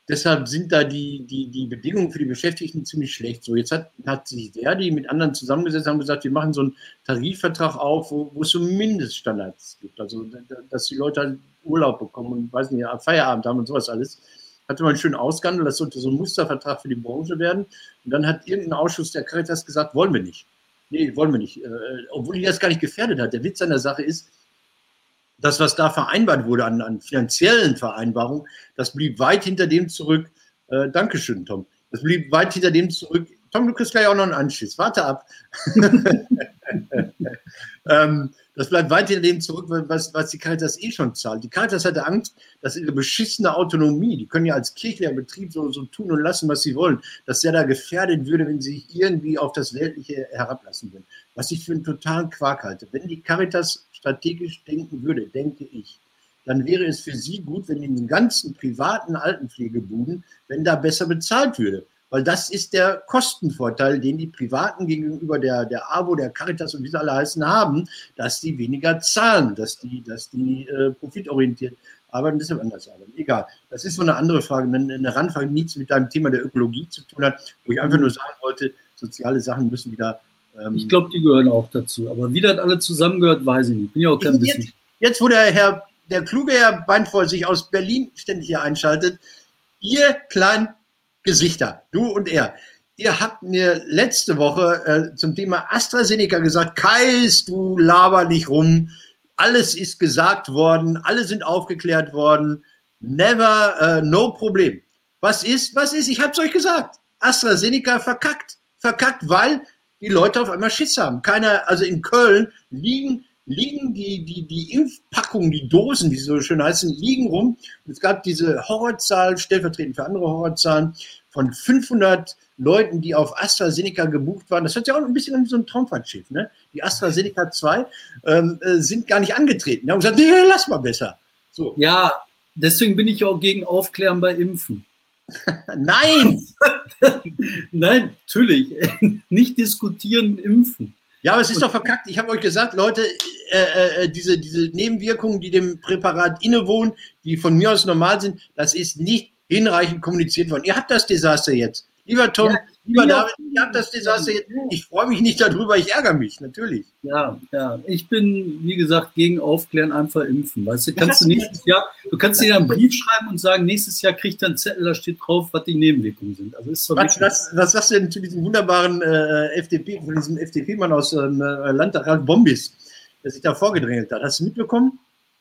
Speaker 2: deshalb sind da die, die, die Bedingungen für die Beschäftigten ziemlich schlecht. So, jetzt hat, hat sich Verdi mit anderen zusammengesetzt, haben gesagt, wir machen so einen Tarifvertrag auf, wo, wo es so Mindeststandards gibt. Also, dass die Leute halt Urlaub bekommen und, weiß nicht, Feierabend haben und sowas alles. Hatte man schön ausgehandelt, das sollte so ein Mustervertrag für die Branche werden. Und dann hat irgendein Ausschuss der Caritas gesagt, wollen wir nicht. Nee, wollen wir nicht. Äh, obwohl die das gar nicht gefährdet hat. Der Witz an der Sache ist, das, was da vereinbart wurde an, an finanziellen Vereinbarungen, das blieb weit hinter dem zurück. Äh, Dankeschön, Tom. Das blieb weit hinter dem zurück. Tom, du kriegst gleich auch noch einen Anschiss. Warte ab. ähm, das bleibt weit hinter dem zurück, was, was die Caritas eh schon zahlt. Die Caritas hatte Angst, dass ihre beschissene Autonomie, die können ja als kirchlicher Betrieb so, so tun und lassen, was sie wollen, dass der da gefährdet würde, wenn sie sich irgendwie auf das Weltliche herablassen würden. Was ich für einen totalen Quark halte. Wenn die Caritas strategisch denken würde, denke ich, dann wäre es für sie gut, wenn in den ganzen privaten Altenpflegebuden, wenn da besser bezahlt würde. Weil das ist der Kostenvorteil, den die Privaten gegenüber der, der A B O, der Caritas und wie sie alle heißen haben, dass die weniger zahlen, dass die, dass die äh, profitorientiert arbeiten, deshalb anders arbeiten. Egal, das ist so eine andere Frage, eine, eine Randfrage, die nichts mit deinem Thema der Ökologie zu tun hat, wo ich einfach nur sagen wollte, soziale Sachen müssen wieder... Ähm,
Speaker 1: ich glaube, die gehören auch dazu. Aber wie das alle zusammengehört, weiß ich nicht. Bin ja auch kein
Speaker 2: jetzt, jetzt, wo der Herr, der kluge Herr Beinvoll sich aus Berlin ständig hier einschaltet, ihr kleinen Gesichter, du und er. Ihr habt mir letzte Woche äh, zum Thema AstraZeneca gesagt, Kais, du laber nicht rum, alles ist gesagt worden, alle sind aufgeklärt worden, never, äh, no Problem. Was ist, was ist, ich hab's euch gesagt, AstraZeneca verkackt, verkackt, weil die Leute auf einmal Schiss haben. Keiner, also in Köln liegen liegen die, die, die Impfpackungen, die Dosen, die so schön heißen, liegen rum. Und es gab diese Horrorzahl, stellvertretend für andere Horrorzahlen, von fünfhundert Leuten, die auf AstraZeneca gebucht waren. Das hört ja auch ein bisschen an so ein Traumfahrtschiff. Ne? Die AstraZeneca zwei ähm, sind gar nicht angetreten. Die haben gesagt, nee, lass mal besser. So.
Speaker 1: Ja, deswegen bin ich auch gegen Aufklären bei Impfen.
Speaker 2: Nein!
Speaker 1: Nein, natürlich. Nicht diskutieren, impfen.
Speaker 2: Ja, aber es ist doch verkackt. Ich habe euch gesagt, Leute, äh, äh, diese, diese Nebenwirkungen, die dem Präparat innewohnen, die von mir aus normal sind, das ist nicht hinreichend kommuniziert worden. Ihr habt das Desaster jetzt. Lieber Tom, ja, lieber David, ihr habt das Desaster jetzt. Ich freue mich nicht darüber, ich ärgere mich, natürlich.
Speaker 1: Ja, ja. Ich bin, wie gesagt, gegen Aufklären, einfach impfen. Weißt du, kannst du nächstes Jahr, du kannst dir einen Brief schreiben und sagen, nächstes Jahr kriegt er einen Zettel, da steht drauf, was die Nebenwirkungen sind. Also ist
Speaker 2: was, was, was sagst du denn zu diesem wunderbaren äh, F D P, von diesem F D P-Mann aus ähm, Landtag, Ralf Bombis, der sich da vorgedrängelt hat? Hast du mitbekommen?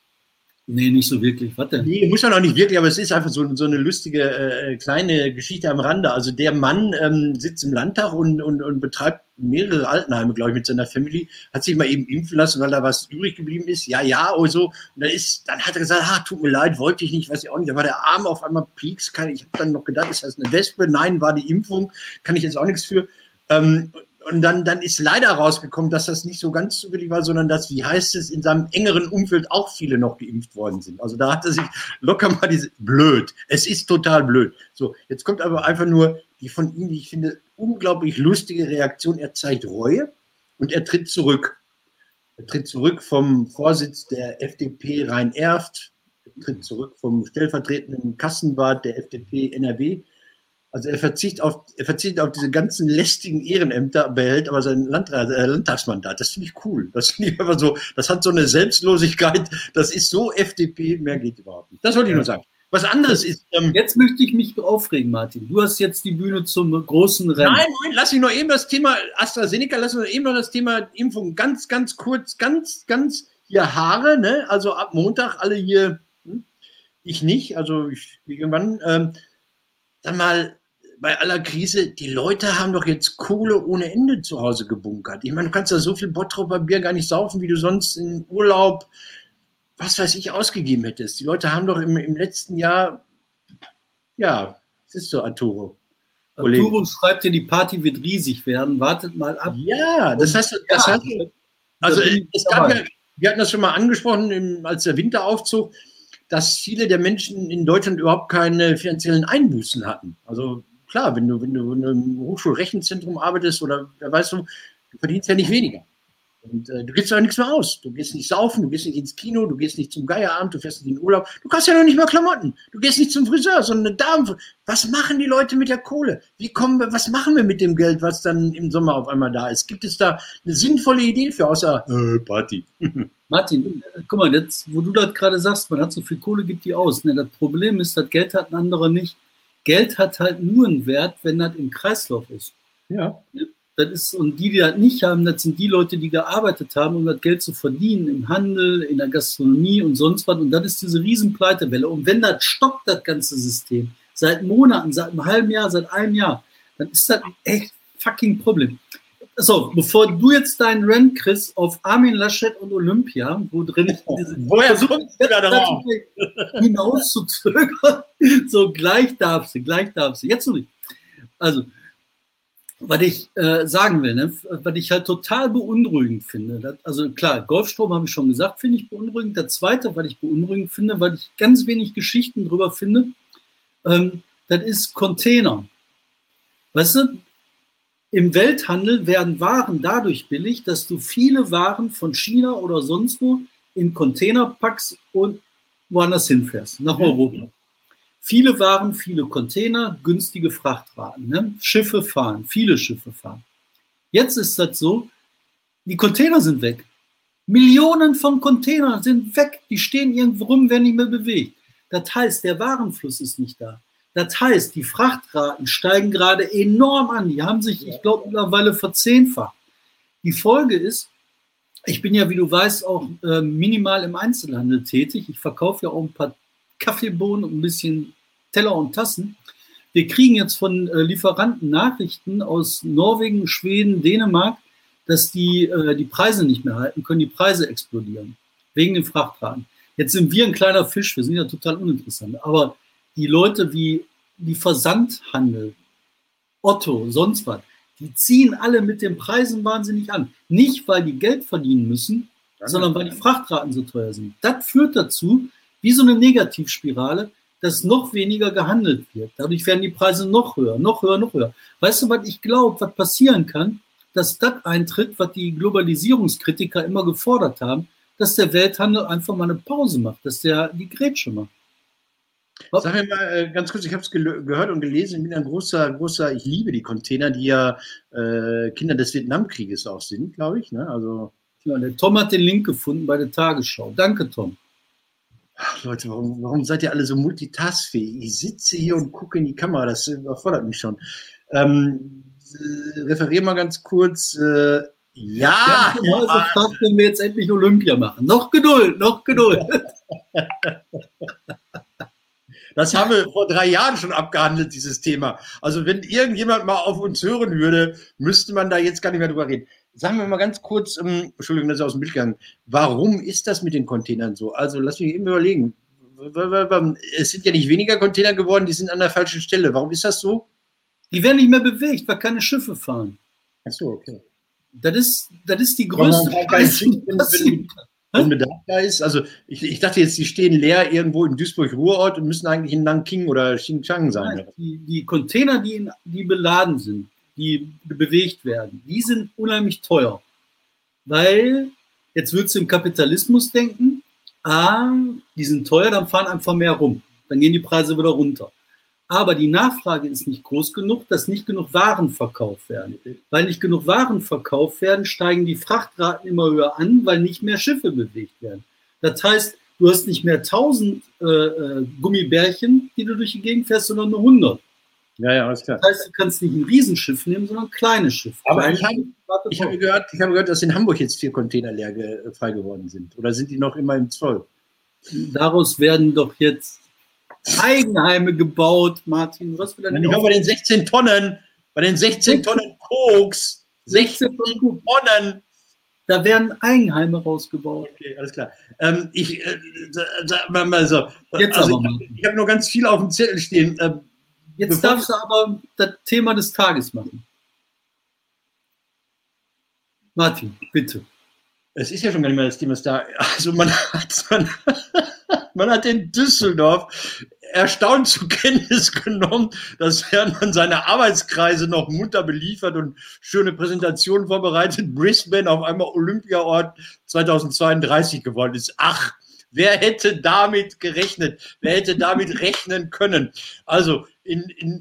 Speaker 1: Nee, nicht so wirklich. Was denn?
Speaker 2: Nee, muss man auch nicht wirklich, aber es ist einfach so, so eine lustige äh, kleine Geschichte am Rande. Also der Mann ähm, sitzt im Landtag und, und, und betreibt mehrere Altenheime, glaube ich, mit seiner Familie, hat sich mal eben impfen lassen, weil da was übrig geblieben ist. Ja, ja, oder so. Und dann, ist, dann hat er gesagt, ah, tut mir leid, wollte ich nicht, weiß ich auch nicht. Da war der Arm auf einmal pieks. Ich habe dann noch gedacht, ist das eine Wespe? Nein, war die Impfung. Kann ich jetzt auch nichts für. Ähm, Und dann, dann ist leider rausgekommen, dass das nicht so ganz zufällig war, sondern dass, wie heißt es, in seinem engeren Umfeld auch viele noch geimpft worden sind. Also da hat er sich locker mal diese, blöd. Es ist total blöd. So, jetzt kommt aber einfach nur die von ihm, die ich finde, unglaublich lustige Reaktion. Er zeigt Reue und er tritt zurück. Er tritt zurück vom Vorsitz der F D P Rhein-Erft, er tritt zurück vom stellvertretenden Kassenwart der F D P N R W. Also er verzichtet auf, er verzichtet auf diese ganzen lästigen Ehrenämter, behält aber sein Landrat, äh, Landtagsmandat. Das finde ich cool. Das finde ich einfach so, das hat so eine Selbstlosigkeit. Das ist so F D P, mehr geht überhaupt nicht. Das wollte ich nur sagen. Was anderes ist... Ähm,
Speaker 1: jetzt möchte ich mich aufregen, Martin. Du hast jetzt die Bühne zum großen Rennen.
Speaker 2: Nein, Moment, lass mich noch eben das Thema AstraZeneca, lass mich noch eben noch das Thema Impfung ganz, ganz kurz, ganz, ganz hier Haare, ne? Also ab Montag alle hier, hm? Ich nicht, also ich, irgendwann, ähm, dann mal... Bei aller Krise, die Leute haben doch jetzt Kohle ohne Ende zu Hause gebunkert. Ich meine, du kannst da so viel Bottroper Bier gar nicht saufen, wie du sonst in Urlaub, was weiß ich, ausgegeben hättest. Die Leute haben doch im, im letzten Jahr, ja, es ist so, Arturo.
Speaker 1: Arturo schreibt dir, die Party wird riesig werden, wartet mal ab.
Speaker 2: Ja, das heißt, das
Speaker 1: ja,
Speaker 2: heißt also es gab ja, wir hatten das schon mal angesprochen, im, als der Winter aufzog, dass viele der Menschen in Deutschland überhaupt keine finanziellen Einbußen hatten. Also klar, wenn du, wenn du in einem Hochschulrechenzentrum arbeitest oder wer weißt du, du verdienst ja nicht weniger. Und äh, du gehst auch nichts mehr aus. Du gehst nicht saufen, du gehst nicht ins Kino, du gehst nicht zum Geierabend, du fährst nicht in den Urlaub. Du kannst ja noch nicht mal Klamotten. Du gehst nicht zum Friseur, sondern eine Dame. Was machen die Leute mit der Kohle? Wie kommen wir, was machen wir mit dem Geld, was dann im Sommer auf einmal da ist? Gibt es da eine sinnvolle Idee für, außer äh, Party?
Speaker 1: Martin, guck mal, jetzt, wo du das gerade sagst, man hat so viel Kohle, gibt die aus. Ne, das Problem ist, das Geld hat ein anderer nicht. Geld hat halt nur einen Wert, wenn das im Kreislauf ist.
Speaker 2: Ja.
Speaker 1: Das ist, und die, die das nicht haben, das sind die Leute, die gearbeitet haben, um das Geld zu verdienen, im Handel, in der Gastronomie und sonst was. Und das ist diese riesen Pleitewelle. Und wenn das stoppt, das ganze System, seit Monaten, seit einem halben Jahr, seit einem Jahr, dann ist das ein echt fucking Problem. So, bevor du jetzt deinen Rant kriegst auf Armin Laschet und Olympia, wo drin
Speaker 2: oh, woher kommst du da drauf?
Speaker 1: Hinauszuzögern, so gleich darfst du, gleich darfst du. Jetzt noch nicht. Also, was ich äh, sagen will, ne, was ich halt total beunruhigend finde, das, also klar, Golfstrom habe ich schon gesagt, finde ich beunruhigend. Das Zweite, was ich beunruhigend finde, weil ich ganz wenig Geschichten drüber finde, ähm, das ist Container. Weißt du, im Welthandel werden Waren dadurch billig, dass du viele Waren von China oder sonst wo in Container packst und woanders hinfährst, nach Europa. Viele Waren, viele Container, günstige Frachtraten. Ne? Schiffe fahren, viele Schiffe fahren. Jetzt ist das so, die Container sind weg. Millionen von Containern sind weg. Die stehen irgendwo rum, werden nicht mehr bewegt. Das heißt, der Warenfluss ist nicht da. Das heißt, die Frachtraten steigen gerade enorm an. Die haben sich, ich glaube, mittlerweile verzehnfacht. Die Folge ist, ich bin ja, wie du weißt, auch äh, minimal im Einzelhandel tätig. Ich verkaufe ja auch ein paar Kaffeebohnen und ein bisschen Teller und Tassen. Wir kriegen jetzt von äh, Lieferanten Nachrichten aus Norwegen, Schweden, Dänemark, dass die äh, die Preise nicht mehr halten können, die Preise explodieren, wegen den Frachtraten. Jetzt sind wir ein kleiner Fisch, wir sind ja total uninteressant, aber die Leute wie die Versandhandel, Otto, sonst was, die ziehen alle mit den Preisen wahnsinnig an. Nicht, weil die Geld verdienen müssen, ja, sondern weil die Frachtraten so teuer sind. Das führt dazu, wie so eine Negativspirale, dass noch weniger gehandelt wird. Dadurch werden die Preise noch höher, noch höher, noch höher. Weißt du, was ich glaube, was passieren kann? Dass das eintritt, was die Globalisierungskritiker immer gefordert haben, dass der Welthandel einfach mal eine Pause macht, dass der die Grätsche macht.
Speaker 2: Sag mir mal äh, ganz kurz, ich habe es ge gehört und gelesen, ich bin ein großer, großer, ich liebe die Container, die ja äh, Kinder des Vietnamkrieges auch sind, glaube ich. Ne? Also,
Speaker 1: ja, der Tom hat den Link gefunden bei der Tagesschau. Danke, Tom.
Speaker 2: Ach, Leute, warum, warum seid ihr alle so multitaskfähig? Ich sitze hier und gucke in die Kamera, das überfordert mich schon. Ähm, äh, referier mal ganz kurz. Äh, ja!
Speaker 1: Ja, also fragt, wenn wir jetzt endlich Olympia machen. Noch Geduld, noch Geduld.
Speaker 2: Das haben wir vor drei Jahren schon abgehandelt, dieses Thema. Also wenn irgendjemand mal auf uns hören würde, müsste man da jetzt gar nicht mehr drüber reden. Sagen wir mal ganz kurz, ähm, Entschuldigung, das ist aus dem Bild gegangen. Warum ist das mit den Containern so? Also lass mich eben überlegen. Es sind ja nicht weniger Container geworden, die sind an der falschen Stelle. Warum ist das so?
Speaker 1: Die werden nicht mehr bewegt, weil keine Schiffe fahren.
Speaker 2: Ach so, okay.
Speaker 1: Das ist, das ist die größte
Speaker 2: Scheiße, wenn Bedarf da ist. Also ich, ich dachte jetzt, die stehen leer irgendwo in Duisburg-Ruhrort und müssen eigentlich in Nanking oder Xinjiang sein.
Speaker 1: Nein, die, die Container, die, in, die beladen sind, die bewegt werden, die sind unheimlich teuer. Weil, jetzt würdest du im Kapitalismus denken, ah, die sind teuer, dann fahren einfach mehr rum. Dann gehen die Preise wieder runter. Aber die Nachfrage ist nicht groß genug, dass nicht genug Waren verkauft werden. Weil nicht genug Waren verkauft werden, steigen die Frachtraten immer höher an, weil nicht mehr Schiffe bewegt werden. Das heißt, du hast nicht mehr tausend äh, äh, Gummibärchen, die du durch die Gegend fährst, sondern nur hundert.
Speaker 2: Ja, ja, alles klar.
Speaker 1: Das heißt, du kannst nicht ein Riesenschiff nehmen, sondern ein kleines Schiff.
Speaker 2: Aber
Speaker 1: Kleine
Speaker 2: ich habe ich hab gehört, ich hab gehört, dass in Hamburg jetzt vier Container leer ge frei geworden sind. Oder sind die noch immer im Zoll?
Speaker 1: Daraus werden doch jetzt Eigenheime gebaut, Martin. Was will denn
Speaker 2: ich glaube, bei den sechzehn Tonnen, bei den sechzehn Tonnen Koks, sechzehn Tonnen.
Speaker 1: Da werden Eigenheime rausgebaut.
Speaker 2: Okay, alles klar. Ähm, ich, äh, mal, mal so.
Speaker 1: Jetzt
Speaker 2: also,
Speaker 1: aber mal.
Speaker 2: Ich, ich habe noch ganz viel auf dem Zettel stehen. Ähm,
Speaker 1: Jetzt darfst du aber das Thema des Tages machen. Martin, bitte.
Speaker 2: Es ist ja schon gar nicht mehr das Thema da. Also man hat, man, man hat in Düsseldorf erstaunt zur Kenntnis genommen, dass während man seine Arbeitskreise noch munter beliefert und schöne Präsentationen vorbereitet, Brisbane auf einmal Olympiaort zweitausendzweiunddreißig geworden ist. Ach, wer hätte damit gerechnet? Wer hätte damit rechnen können? Also, in, in,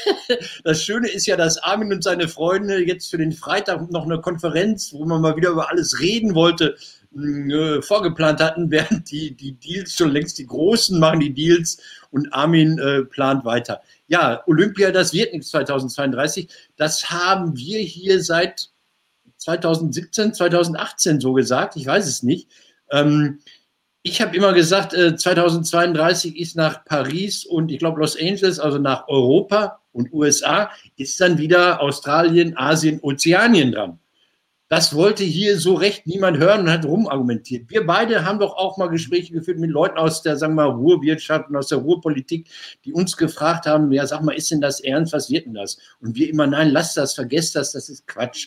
Speaker 2: das Schöne ist ja, dass Armin und seine Freunde jetzt für den Freitag noch eine Konferenz, wo man mal wieder über alles reden wollte, äh, vorgeplant hatten, während die, die Deals schon längst, die Großen machen die Deals und Armin äh, plant weiter. Ja, Olympia, das wird nichts zweitausendzweiunddreißig. Das haben wir hier seit zweitausendsiebzehn, zweitausendachtzehn so gesagt. Ich weiß es nicht. Ähm, Ich habe immer gesagt, äh, zweitausendzweiunddreißig ist nach Paris und ich glaube Los Angeles, also nach Europa und U S A, ist dann wieder Australien, Asien, Ozeanien dran. Das wollte hier so recht niemand hören und hat rumargumentiert. Wir beide haben doch auch mal Gespräche geführt mit Leuten aus der, sagen wir mal, Ruhrwirtschaft und aus der Ruhrpolitik, die uns gefragt haben, ja, sag mal, ist denn das ernst, was wird denn das? Und wir immer, nein, lasst das, vergesst das, das ist Quatsch.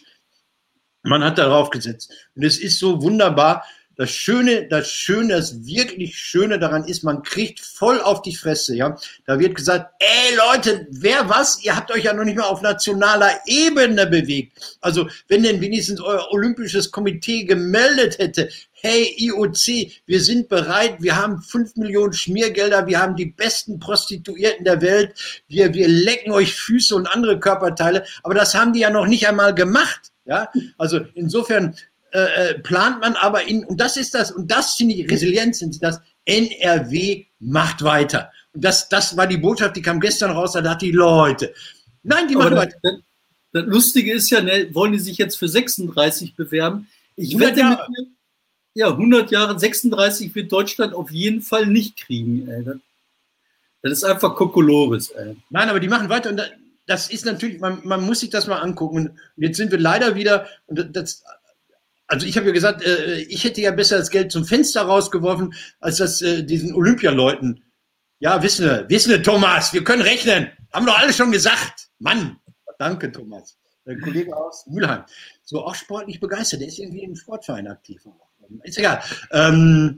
Speaker 2: Man hat darauf gesetzt. Und es ist so wunderbar. Das Schöne, das Schöne, das wirklich Schöne daran ist, man kriegt voll auf die Fresse, ja. Da wird gesagt, ey Leute, wer was? Ihr habt euch ja noch nicht mal auf nationaler Ebene bewegt. Also, wenn denn wenigstens euer Olympisches Komitee gemeldet hätte, hey I O C, wir sind bereit, wir haben fünf Millionen Schmiergelder, wir haben die besten Prostituierten der Welt, wir, wir lecken euch Füße und andere Körperteile, aber das haben die ja noch nicht einmal gemacht, ja. Also, insofern, Äh, plant man aber in, und das ist das, und das finde ich, Resilienz sind das, N R W macht weiter. Und das, das war die Botschaft, die kam gestern raus, da dachte ich, Leute, nein, die machen
Speaker 1: das,
Speaker 2: weiter.
Speaker 1: Das, das Lustige ist ja, ne, wollen die sich jetzt für sechsunddreißig bewerben? Ich wette mit dir, ja, hundert Jahre, sechsunddreißig wird Deutschland auf jeden Fall nicht kriegen, ey. Das, das ist einfach Kokolores, ey.
Speaker 2: Nein, aber die machen weiter und das ist natürlich, man, man muss sich das mal angucken. Und jetzt sind wir leider wieder, und das, also ich habe ja gesagt, äh, ich hätte ja besser das Geld zum Fenster rausgeworfen, als das äh, diesen Olympialeuten. Ja, wissen wir, wissen wir, Thomas, wir können rechnen. Haben doch alle schon gesagt. Mann, danke, Thomas. Der Kollege aus Mülheim. So, auch sportlich begeistert. Der ist irgendwie im Sportverein aktiv. Ist egal. Ähm,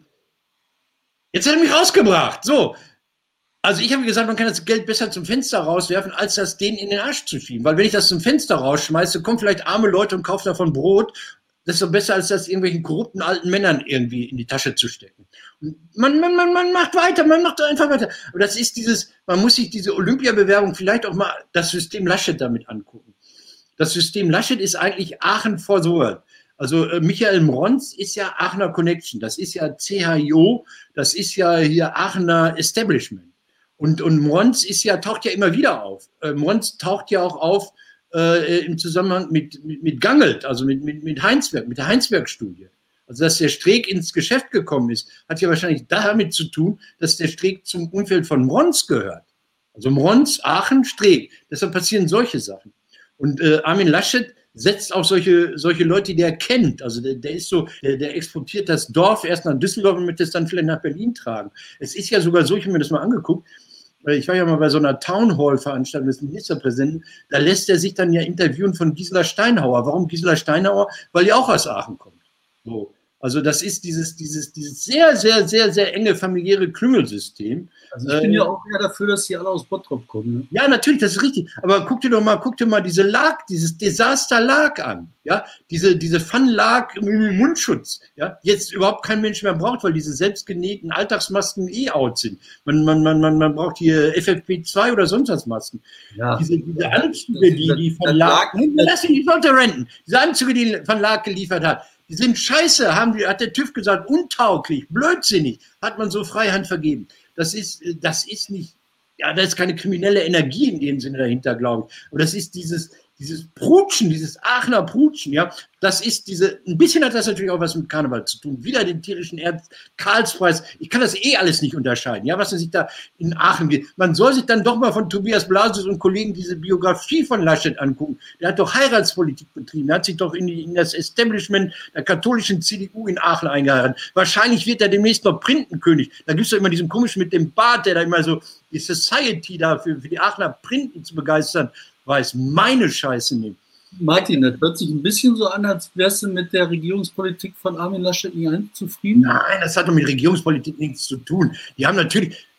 Speaker 2: jetzt hat er mich rausgebracht. So. Also ich habe gesagt, man kann das Geld besser zum Fenster rauswerfen, als das denen in den Arsch zu schieben. Weil wenn ich das zum Fenster rausschmeiße, kommen vielleicht arme Leute und kaufen davon Brot. Das ist doch besser, als das irgendwelchen korrupten alten Männern irgendwie in die Tasche zu stecken. Und man, man, man, man macht weiter, man macht einfach weiter. Aber das ist dieses, man muss sich diese Olympiabewerbung vielleicht auch mal das System Laschet damit angucken. Das System Laschet ist eigentlich Aachen for the World. Also äh, Michael Mronz ist ja Aachener Connection, das ist ja C H I O, das ist ja hier Aachener Establishment. Und, und Mronz ist ja, taucht ja immer wieder auf. Äh, Mronz taucht ja auch auf, Äh, im Zusammenhang mit, mit, mit Gangelt, also mit, mit, mit Heinsberg, mit der Heinsberg-Studie. Also, dass der Streeck ins Geschäft gekommen ist, hat ja wahrscheinlich damit zu tun, dass der Streeck zum Umfeld von Mronz gehört. Also Mronz, Aachen, Streeck. Deshalb passieren solche Sachen. Und äh, Armin Laschet setzt auch solche, solche Leute, die er kennt. Also der, der ist so, der, der exportiert das Dorf erst nach Düsseldorf und wird es dann vielleicht nach Berlin tragen. Es ist ja sogar so, ich habe mir das mal angeguckt, ich war ja mal bei so einer Townhall-Veranstaltung des Ministerpräsidenten, da lässt er sich dann ja interviewen von Gisela Steinhauer. Warum Gisela Steinhauer? Weil die auch aus Aachen kommt. So. Also das ist dieses, dieses, dieses sehr, sehr, sehr, sehr enge familiäre Klüngelsystem.
Speaker 1: Also ich bin äh, ja auch eher dafür, dass die alle aus Bottrop kommen. Ne?
Speaker 2: Ja, natürlich, das ist richtig. Aber guck dir doch mal, guck dir mal diese Lag, dieses Desaster Lag an. Ja, diese, diese Fun Lag Mundschutz. Ja, jetzt überhaupt kein Mensch mehr braucht, weil diese selbstgenähten Alltagsmasken eh out sind. Man, man, man, man, man braucht hier F F P zwei oder sonst was Masken. Ja. Diese, diese Anzüge, die, die von Lag, lass mich nicht runterrenten. Diese Anzüge, die Van Lag geliefert hat, die sind scheiße, haben die, hat der TÜV gesagt, untauglich, blödsinnig, hat man so Freihand vergeben. Das ist, das ist nicht, ja, da ist keine kriminelle Energie in dem Sinne dahinter, glaube ich. Aber das ist dieses, dieses Prutschen, dieses Aachener Prutschen, ja, das ist diese, ein bisschen hat das natürlich auch was mit Karneval zu tun. Wieder den tierischen Ernst, Karlspreis, ich kann das eh alles nicht unterscheiden, ja, was sich da in Aachen geht. Man soll sich dann doch mal von Tobias Blasius und Kollegen diese Biografie von Laschet angucken. Der hat doch Heiratspolitik betrieben, der hat sich doch in, die, in das Establishment der katholischen C D U in Aachen eingeheiratet. Wahrscheinlich wird er demnächst noch Printenkönig. Da gibt es doch immer diesen komischen mit dem Bart, der da immer so die Society da für, für die Aachener Printen zu begeistern weiß, meine Scheiße nicht.
Speaker 1: Martin, das hört sich ein bisschen so an, als wärst du mit der Regierungspolitik von Armin Laschet nicht zufrieden.
Speaker 2: Nein, das hat doch mit Regierungspolitik nichts zu tun. Die haben natürlich,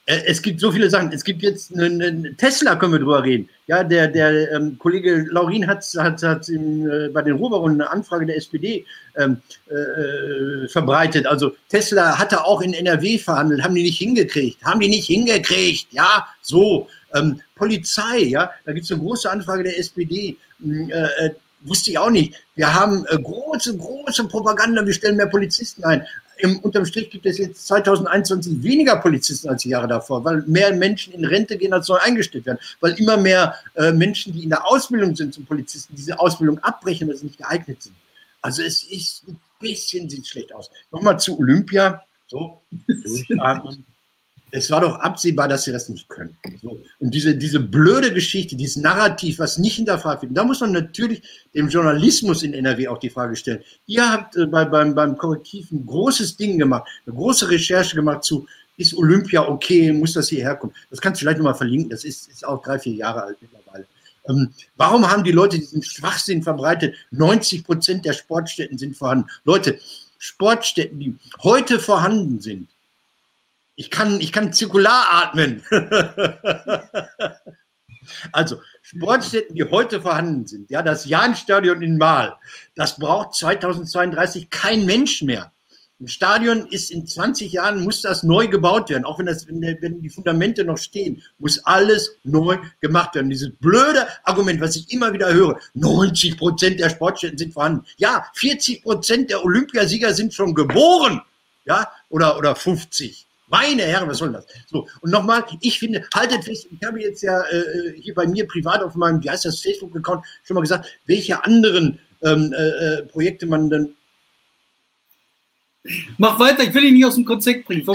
Speaker 2: Es gibt so viele Sachen. Es gibt jetzt einen Tesla, können wir drüber reden. Ja, der, der ähm, Kollege Laurin hat, hat, hat im, äh, bei den Ruhrbaronen eine Anfrage der S P D ähm, äh, verbreitet. Also Tesla hatte auch in N R W verhandelt, haben die nicht hingekriegt. Haben die nicht hingekriegt, ja, so. Ähm, Polizei, ja, da gibt es eine große Anfrage der S P D. Äh, äh, wusste ich auch nicht. Wir haben äh, große, große Propaganda, wir stellen mehr Polizisten ein. Im, unterm Strich gibt es jetzt zweitausendeinundzwanzig weniger Polizisten als die Jahre davor, weil mehr Menschen in Rente gehen, als neu eingestellt werden. Weil immer mehr äh, Menschen, die in der Ausbildung sind zum Polizisten, diese Ausbildung abbrechen, weil sie nicht geeignet sind. Also es ist ein bisschen, sieht schlecht aus. Nochmal zu Olympia. So, durchatmen. Es war doch absehbar, dass sie das nicht können. So. Und diese, diese blöde Geschichte, dieses Narrativ, was nicht hinterfragt wird, da muss man natürlich dem Journalismus in N R W auch die Frage stellen. Ihr habt äh, bei, beim, beim Korrektiv ein großes Ding gemacht, eine große Recherche gemacht zu, ist Olympia okay, muss das hierher kommen? Das kannst du vielleicht nochmal verlinken, das ist, ist auch drei, vier Jahre alt mittlerweile. Ähm, warum haben die Leute diesen Schwachsinn verbreitet? neunzig Prozent der Sportstätten sind vorhanden. Leute, Sportstätten, die heute vorhanden sind, Ich kann, ich kann zirkular atmen. Also, Sportstätten, die heute vorhanden sind, ja, das Jahnstadion in Mahl, das braucht zweitausendzweiunddreißig kein Mensch mehr. Ein Stadion ist in zwanzig Jahren, muss das neu gebaut werden, auch wenn, das, wenn die Fundamente noch stehen, muss alles neu gemacht werden. Dieses blöde Argument, was ich immer wieder höre, neunzig Prozent der Sportstätten sind vorhanden. Ja, vierzig Prozent der Olympiasieger sind schon geboren, ja, oder, oder fünfzig. Meine Herren, was soll das? So, und nochmal, ich finde, haltet fest, ich habe jetzt ja äh, hier bei mir privat auf meinem, wie heißt das, Facebook-Account schon mal gesagt, welche anderen ähm, äh, Projekte man dann.
Speaker 1: Mach weiter, ich will ihn nicht aus dem Konzept bringen.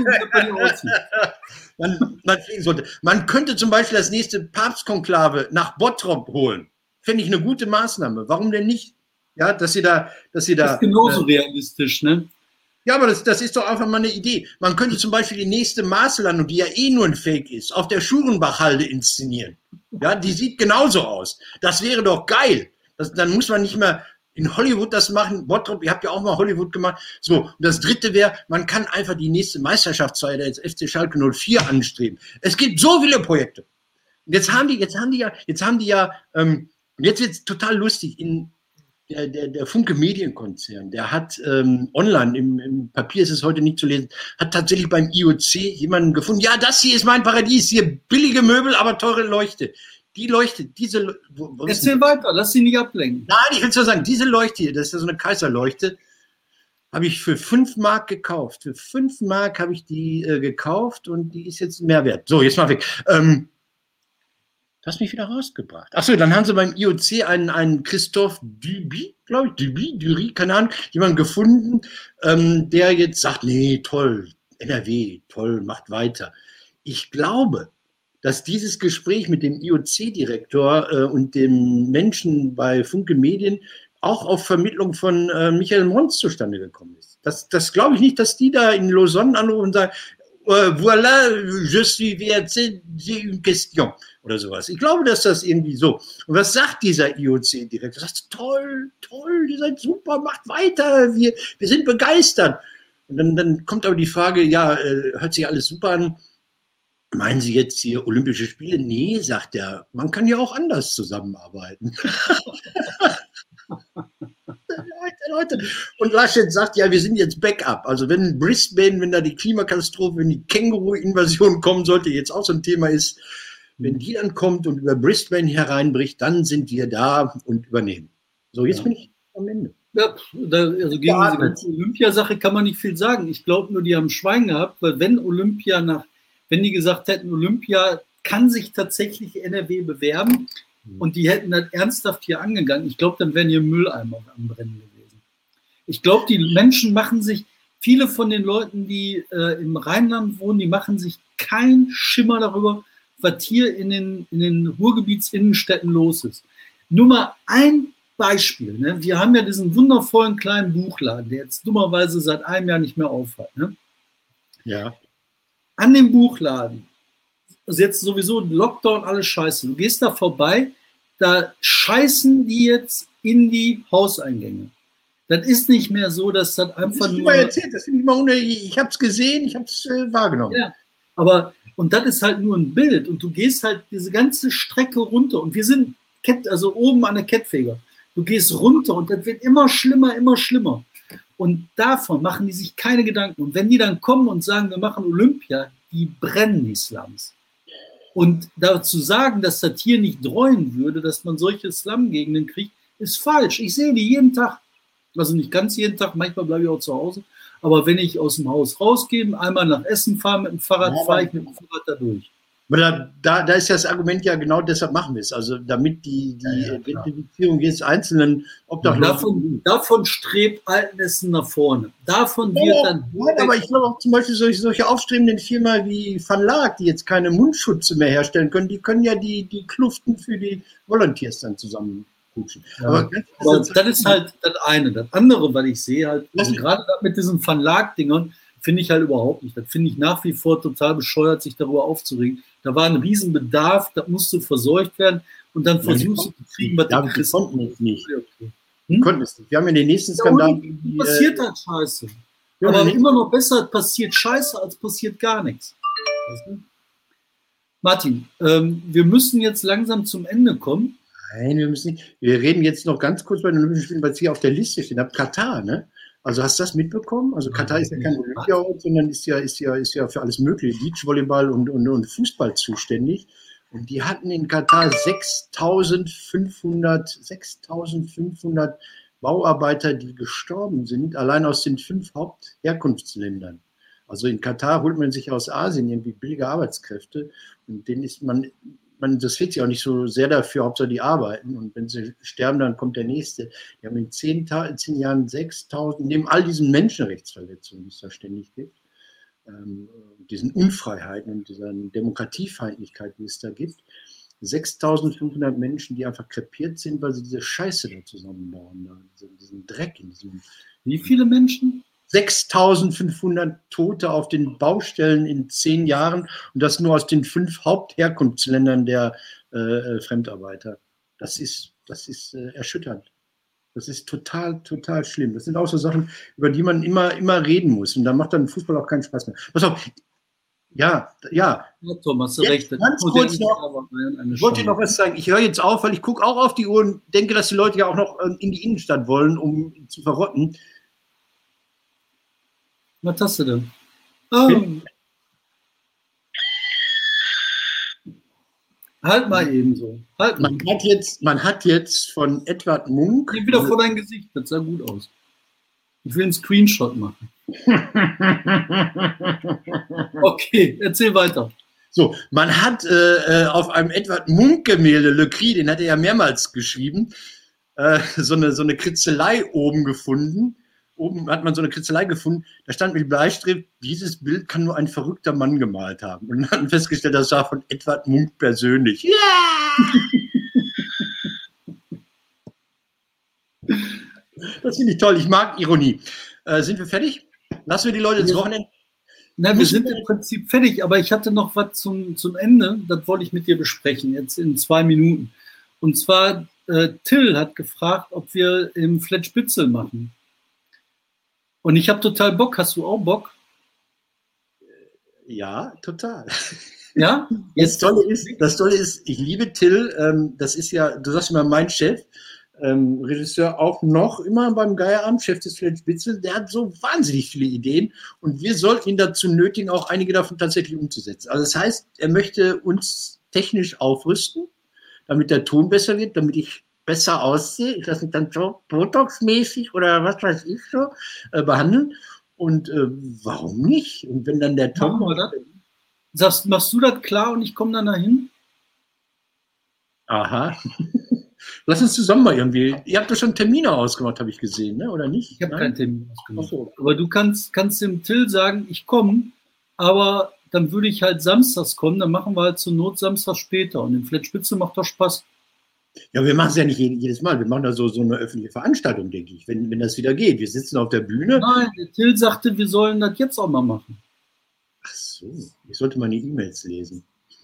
Speaker 2: man, man fliegen sollte. Man könnte zum Beispiel das nächste Papstkonklave nach Bottrop holen. Fände ich eine gute Maßnahme. Warum denn nicht? Ja, dass sie da, dass sie da.
Speaker 1: Das ist genauso äh, realistisch, ne?
Speaker 2: Ja, aber das, das ist doch einfach mal eine Idee. Man könnte zum Beispiel die nächste Marslandung, die ja eh nur ein Fake ist, auf der Schurenbach-Halde inszenieren. Ja, die sieht genauso aus. Das wäre doch geil. Das, dann muss man nicht mehr in Hollywood das machen. Bottrop, ihr habt ja auch mal Hollywood gemacht. So, und das dritte wäre, man kann einfach die nächste Meisterschaftsfeier der F C Schalke null vier anstreben. Es gibt so viele Projekte. Und jetzt haben die, jetzt haben die ja, jetzt haben die ja, ähm, jetzt wird es total lustig. In Der, der, der Funke Medienkonzern, der hat ähm, online, im, im Papier ist es heute nicht zu lesen, hat tatsächlich beim I O C jemanden gefunden, ja, das hier ist mein Paradies, hier billige Möbel, aber teure Leuchte. Die Leuchte, diese... Wo, wo
Speaker 1: Erzähl weiter, lass sie nicht ablenken.
Speaker 2: Nein, ich will es nur sagen, diese Leuchte hier, das ist ja so eine Kaiserleuchte, habe ich für fünf Mark gekauft. Für fünf Mark habe ich die äh, gekauft und die ist jetzt mehr wert. So, jetzt mal weg. Ähm, Du hast mich wieder rausgebracht. Achso, dann haben sie beim I O C einen, einen Christophe Duby, glaube ich, Duby, Dury, keine Ahnung, jemanden gefunden, ähm, der jetzt sagt, nee, toll, N R W, toll, macht weiter. Ich glaube, dass dieses Gespräch mit dem I O C-Direktor äh, und dem Menschen bei Funke Medien auch auf Vermittlung von äh, Michael Mons zustande gekommen ist. Das, das glaube ich nicht, dass die da in Lausanne anrufen und sagen, äh, voilà, je suis V R C, j'ai une question. Oder sowas. Ich glaube, dass das irgendwie so. Und was sagt dieser I O C-Direktor? Er sagt, toll, toll, ihr seid super, macht weiter, wir, wir sind begeistert. Und dann, dann kommt aber die Frage, ja, äh, hört sich alles super an. Meinen Sie jetzt hier Olympische Spiele? Nee, sagt er, man kann ja auch anders zusammenarbeiten. Leute, Leute. Und Laschet sagt, ja, wir sind jetzt Backup. Also wenn Brisbane, wenn da die Klimakatastrophe, wenn die Känguru-Invasion kommen sollte, jetzt auch so ein Thema ist, wenn die dann kommt und über Brisbane hereinbricht, dann sind wir da und übernehmen. So, jetzt ja. bin ich am Ende.
Speaker 1: Ja, da, also gegen ja, diese ganze Olympiasache kann man nicht viel sagen. Ich glaube nur, die haben Schwein gehabt, weil wenn Olympia nach, wenn die gesagt hätten, Olympia kann sich tatsächlich N R W bewerben mhm. und die hätten das ernsthaft hier angegangen, ich glaube, dann wären hier Mülleimer am Brennen gewesen. Ich glaube, die Menschen machen sich, viele von den Leuten, die äh, im Rheinland wohnen, die machen sich keinen Schimmer darüber, was hier in den, in den Ruhrgebitsinnenstädten los ist. Nur mal ein Beispiel. Ne? Wir haben ja diesen wundervollen kleinen Buchladen, der jetzt dummerweise seit einem Jahr nicht mehr aufhat. Ne?
Speaker 2: Ja.
Speaker 1: An dem Buchladen, also jetzt sowieso Lockdown, alles scheiße. Du gehst da vorbei, da scheißen die jetzt in die Hauseingänge. Das ist nicht mehr so, dass das einfach
Speaker 2: das
Speaker 1: nur...
Speaker 2: Erzählt, das ich ich habe es gesehen, ich habe es äh, wahrgenommen.
Speaker 1: Ja. Aber, und das ist halt nur ein Bild und du gehst halt diese ganze Strecke runter und wir sind, Kett, also oben an der Kettfeger. Du gehst runter und das wird immer schlimmer, immer schlimmer. Und davon machen die sich keine Gedanken. Und wenn die dann kommen und sagen, wir machen Olympia, die brennen die Slums. Und dazu sagen, dass das hier nicht dreuen würde, dass man solche Slum-Gegenden kriegt, ist falsch. Ich sehe die jeden Tag. Also nicht ganz jeden Tag, manchmal bleibe ich auch zu Hause. Aber wenn ich aus dem Haus rausgehe, einmal nach Essen fahre mit dem Fahrrad, ja, fahre ich mit dem Fahrrad da durch.
Speaker 2: Da, da, da ist ja das Argument ja genau deshalb machen wir es. Also damit die, die ja, ja, Identifizierung jedes einzelnen Obdachlosen...
Speaker 1: Davon, davon strebt Altenessen nach vorne. Davon wird
Speaker 2: ja,
Speaker 1: dann...
Speaker 2: Ja, aber ich glaube auch zum Beispiel solche, solche aufstrebenden Firmen wie Van Laak, die jetzt keine Mundschutze mehr herstellen können, die können ja die, die Kluften für die Volunteers dann zusammen kutschen.
Speaker 1: Ja, aber aber das ist halt das eine. Das andere, was ich sehe, halt, also gerade mit diesen Van Laak-Dingern, finde ich halt überhaupt nicht. Das finde ich nach wie vor total bescheuert, sich darüber aufzuregen. Da war ein Riesenbedarf, das musste versorgt werden und dann versuchst du zu kriegen, was
Speaker 2: ja,
Speaker 1: du
Speaker 2: kriegst. Wir konnten es nicht.
Speaker 1: Okay.
Speaker 2: Hm? Konnten es nicht. Wir haben ja den nächsten Skandal.
Speaker 1: Ja, die, passiert halt Scheiße. Ja, aber immer noch besser passiert Scheiße, als passiert gar nichts. Weißt du? Martin, ähm, wir müssen jetzt langsam zum Ende kommen.
Speaker 2: Nein, wir müssen nicht. Wir reden jetzt noch ganz kurz bei den Olympischen Spielen, weil es hier auf der Liste steht. Katar, ne? Also hast du das mitbekommen? Also Katar ist ja kein Olympiaort, sondern ist ja, ist ja, ist ja für alles Mögliche, Beachvolleyball und, und, und Fußball zuständig. Und die hatten in Katar sechstausendfünfhundert Bauarbeiter, die gestorben sind, allein aus den fünf Hauptherkunftsländern. Also in Katar holt man sich aus Asien irgendwie billige Arbeitskräfte und denen ist man, man interessiert sich auch nicht so sehr dafür, Hauptsache die arbeiten und wenn sie sterben, dann kommt der Nächste. Die haben in zehn, zehn Jahren sechstausend, neben all diesen Menschenrechtsverletzungen, die es da ständig gibt, ähm, diesen Unfreiheiten und dieser Demokratiefeindlichkeit, die es da gibt, sechstausendfünfhundert Menschen, die einfach krepiert sind, weil sie diese Scheiße da zusammenbauen, da, diesen, diesen Dreck in diesem...
Speaker 1: Wie viele Menschen?
Speaker 2: sechstausendfünfhundert Tote auf den Baustellen in zehn Jahren und das nur aus den fünf Hauptherkunftsländern der äh, Fremdarbeiter. Das ist, das ist äh, erschütternd. Das ist total, total schlimm. Das sind auch so Sachen, über die man immer, immer reden muss. Und da macht dann Fußball auch keinen Spaß mehr. Pass auf. Ja, ja.
Speaker 1: Ja, Thomas, du recht.
Speaker 2: Ganz kurz noch, ich wollte dir noch was sagen. Ich höre jetzt auf, weil ich gucke auch auf die Uhr und denke, dass die Leute ja auch noch in die Innenstadt wollen, um zu verrotten.
Speaker 1: Was hast du denn? Oh. Halt mal eben so. Halt mal.
Speaker 2: Man, hat jetzt, man hat jetzt von Edvard Munch...
Speaker 1: Geh wieder vor dein Gesicht, das sah gut aus. Ich will einen Screenshot machen. Okay, erzähl weiter.
Speaker 2: So, man hat äh, auf einem Edvard Munch-Gemälde, Le Cri, den hat er ja mehrmals geschrieben, äh, so, eine, so eine Kritzelei oben gefunden. Oben hat man so eine Kritzelei gefunden, da stand mit Bleistift, dieses Bild kann nur ein verrückter Mann gemalt haben. Und dann hat man festgestellt, das war von Edvard Munch persönlich. Ja! Das finde ich toll, ich mag Ironie. Äh, sind wir fertig? Lassen wir die Leute ins Wochenende?
Speaker 1: Nein, wir sind im Prinzip fertig, aber ich hatte noch was zum, zum Ende, das wollte ich mit dir besprechen, jetzt in zwei Minuten. Und zwar, äh, Till hat gefragt, ob wir im Fletschbitzel machen. Und ich habe total Bock. Hast du auch Bock?
Speaker 2: Ja, total.
Speaker 1: Ja?
Speaker 2: Das Tolle ist, das Tolle ist, ich liebe Till. Ähm, das ist ja, du sagst immer, mein Chef, ähm, Regisseur auch noch immer beim Geierabend, Chef des Fletschbitzel. Der hat so wahnsinnig viele Ideen und wir sollten ihn dazu nötigen, auch einige davon tatsächlich umzusetzen. Also das heißt, er möchte uns technisch aufrüsten, damit der Ton besser wird, damit ich besser aussehe, ich lasse mich dann so Botox-mäßig oder was weiß ich so äh, behandeln. Und äh, warum nicht? Und wenn dann der Tom...
Speaker 1: Sagst, machst du das klar und ich komme dann dahin?
Speaker 2: Aha. Lass uns zusammen mal irgendwie... Ihr habt doch schon Termine ausgemacht, habe ich gesehen, ne? Oder nicht?
Speaker 1: Ich habe keinen Termin ausgemacht. So. Aber du kannst, kannst dem Till sagen, ich komme, aber dann würde ich halt samstags kommen, dann machen wir halt zur Not Samstag später. Und im Fletschbitzel macht doch Spaß.
Speaker 2: Ja, wir machen es ja nicht jedes Mal. Wir machen da so, so eine öffentliche Veranstaltung, denke ich, wenn, wenn das wieder geht. Wir sitzen auf der Bühne.
Speaker 1: Nein, der Till sagte, wir sollen das jetzt auch mal machen.
Speaker 2: Ach so, ich sollte meine E-Mails lesen.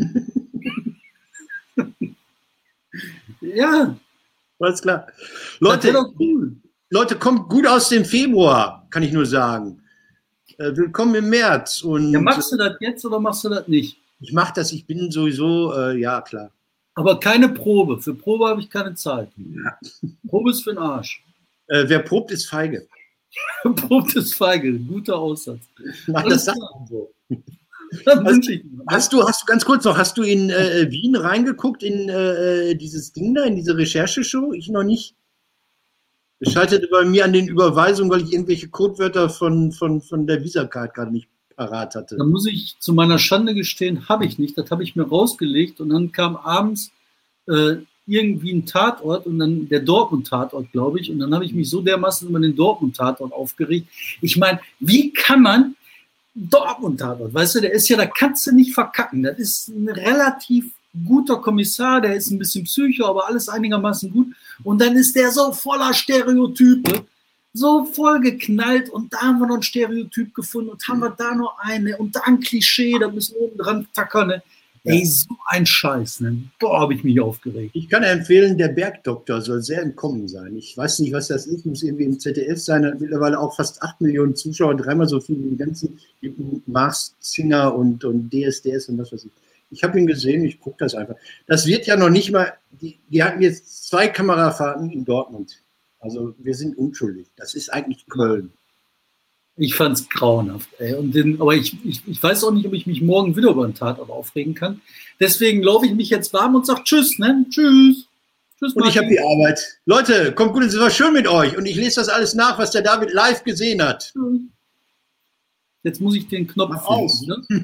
Speaker 1: Ja.
Speaker 2: Alles klar. Leute,
Speaker 1: cool.
Speaker 2: Leute, kommt gut aus dem Februar, kann ich nur sagen. Äh, willkommen im März. Und
Speaker 1: ja, machst du das jetzt oder machst du das nicht?
Speaker 2: Ich mache das, ich bin sowieso, äh, ja, klar.
Speaker 1: Aber keine Probe. Für Probe habe ich keine Zeit. Ja. Probe ist für den Arsch.
Speaker 2: Äh, wer probt, ist feige.
Speaker 1: Probt ist feige. Guter Aussatz.
Speaker 2: Mach das sagt man so. Hast, hast, du, hast du ganz kurz noch, hast du in äh, Wien reingeguckt in äh, dieses Ding da, in diese Rechercheshow? Ich noch nicht. Es scheiterte bei mir an den Überweisungen, weil ich irgendwelche Codewörter von, von, von der Visa-Card gerade nicht parat hatte.
Speaker 1: Da muss ich zu meiner Schande gestehen, habe ich nicht. Das habe ich mir rausgelegt und dann kam abends äh, irgendwie ein Tatort und dann der Dortmund-Tatort, glaube ich. Und dann habe ich mich so dermaßen über den Dortmund-Tatort aufgeregt. Ich meine, wie kann man Dortmund-Tatort, weißt du, der ist ja, da kannst du nicht verkacken. Das ist ein relativ guter Kommissar, der ist ein bisschen Psycho, aber alles einigermaßen gut. Und dann ist der so voller Stereotype, so voll geknallt und da haben wir noch ein Stereotyp gefunden und haben wir da noch eine und da ein Klischee, da müssen wir oben dran tackern. Ne? Ja. Ey, so ein Scheiß. Ne? Boah, habe ich mich aufgeregt.
Speaker 2: Ich kann empfehlen, der Bergdoktor soll sehr entkommen sein. Ich weiß nicht, was das ist, muss irgendwie im Z D F sein, hat mittlerweile auch fast acht Millionen Zuschauer, dreimal so viel wie die ganzen Mars Singer und, und D S D S und was weiß ich. Ich habe ihn gesehen, ich gucke das einfach. Das wird ja noch nicht mal, die, die hatten jetzt zwei Kamerafahrten in Dortmund. Also wir sind unschuldig. Das ist eigentlich Köln.
Speaker 1: Ich fand es grauenhaft. Ey. Und den, aber ich, ich, ich weiß auch nicht, ob ich mich morgen wieder über einen Tatort aufregen kann. Deswegen laufe ich mich jetzt warm und sage Tschüss. Ne? Tschüss. Tschüss.
Speaker 2: Und ich habe die Arbeit. Leute, kommt gut, es war schön mit euch. Und ich lese das alles nach, was der David live gesehen hat.
Speaker 1: Jetzt muss ich den Knopf
Speaker 2: aus.
Speaker 1: Ne?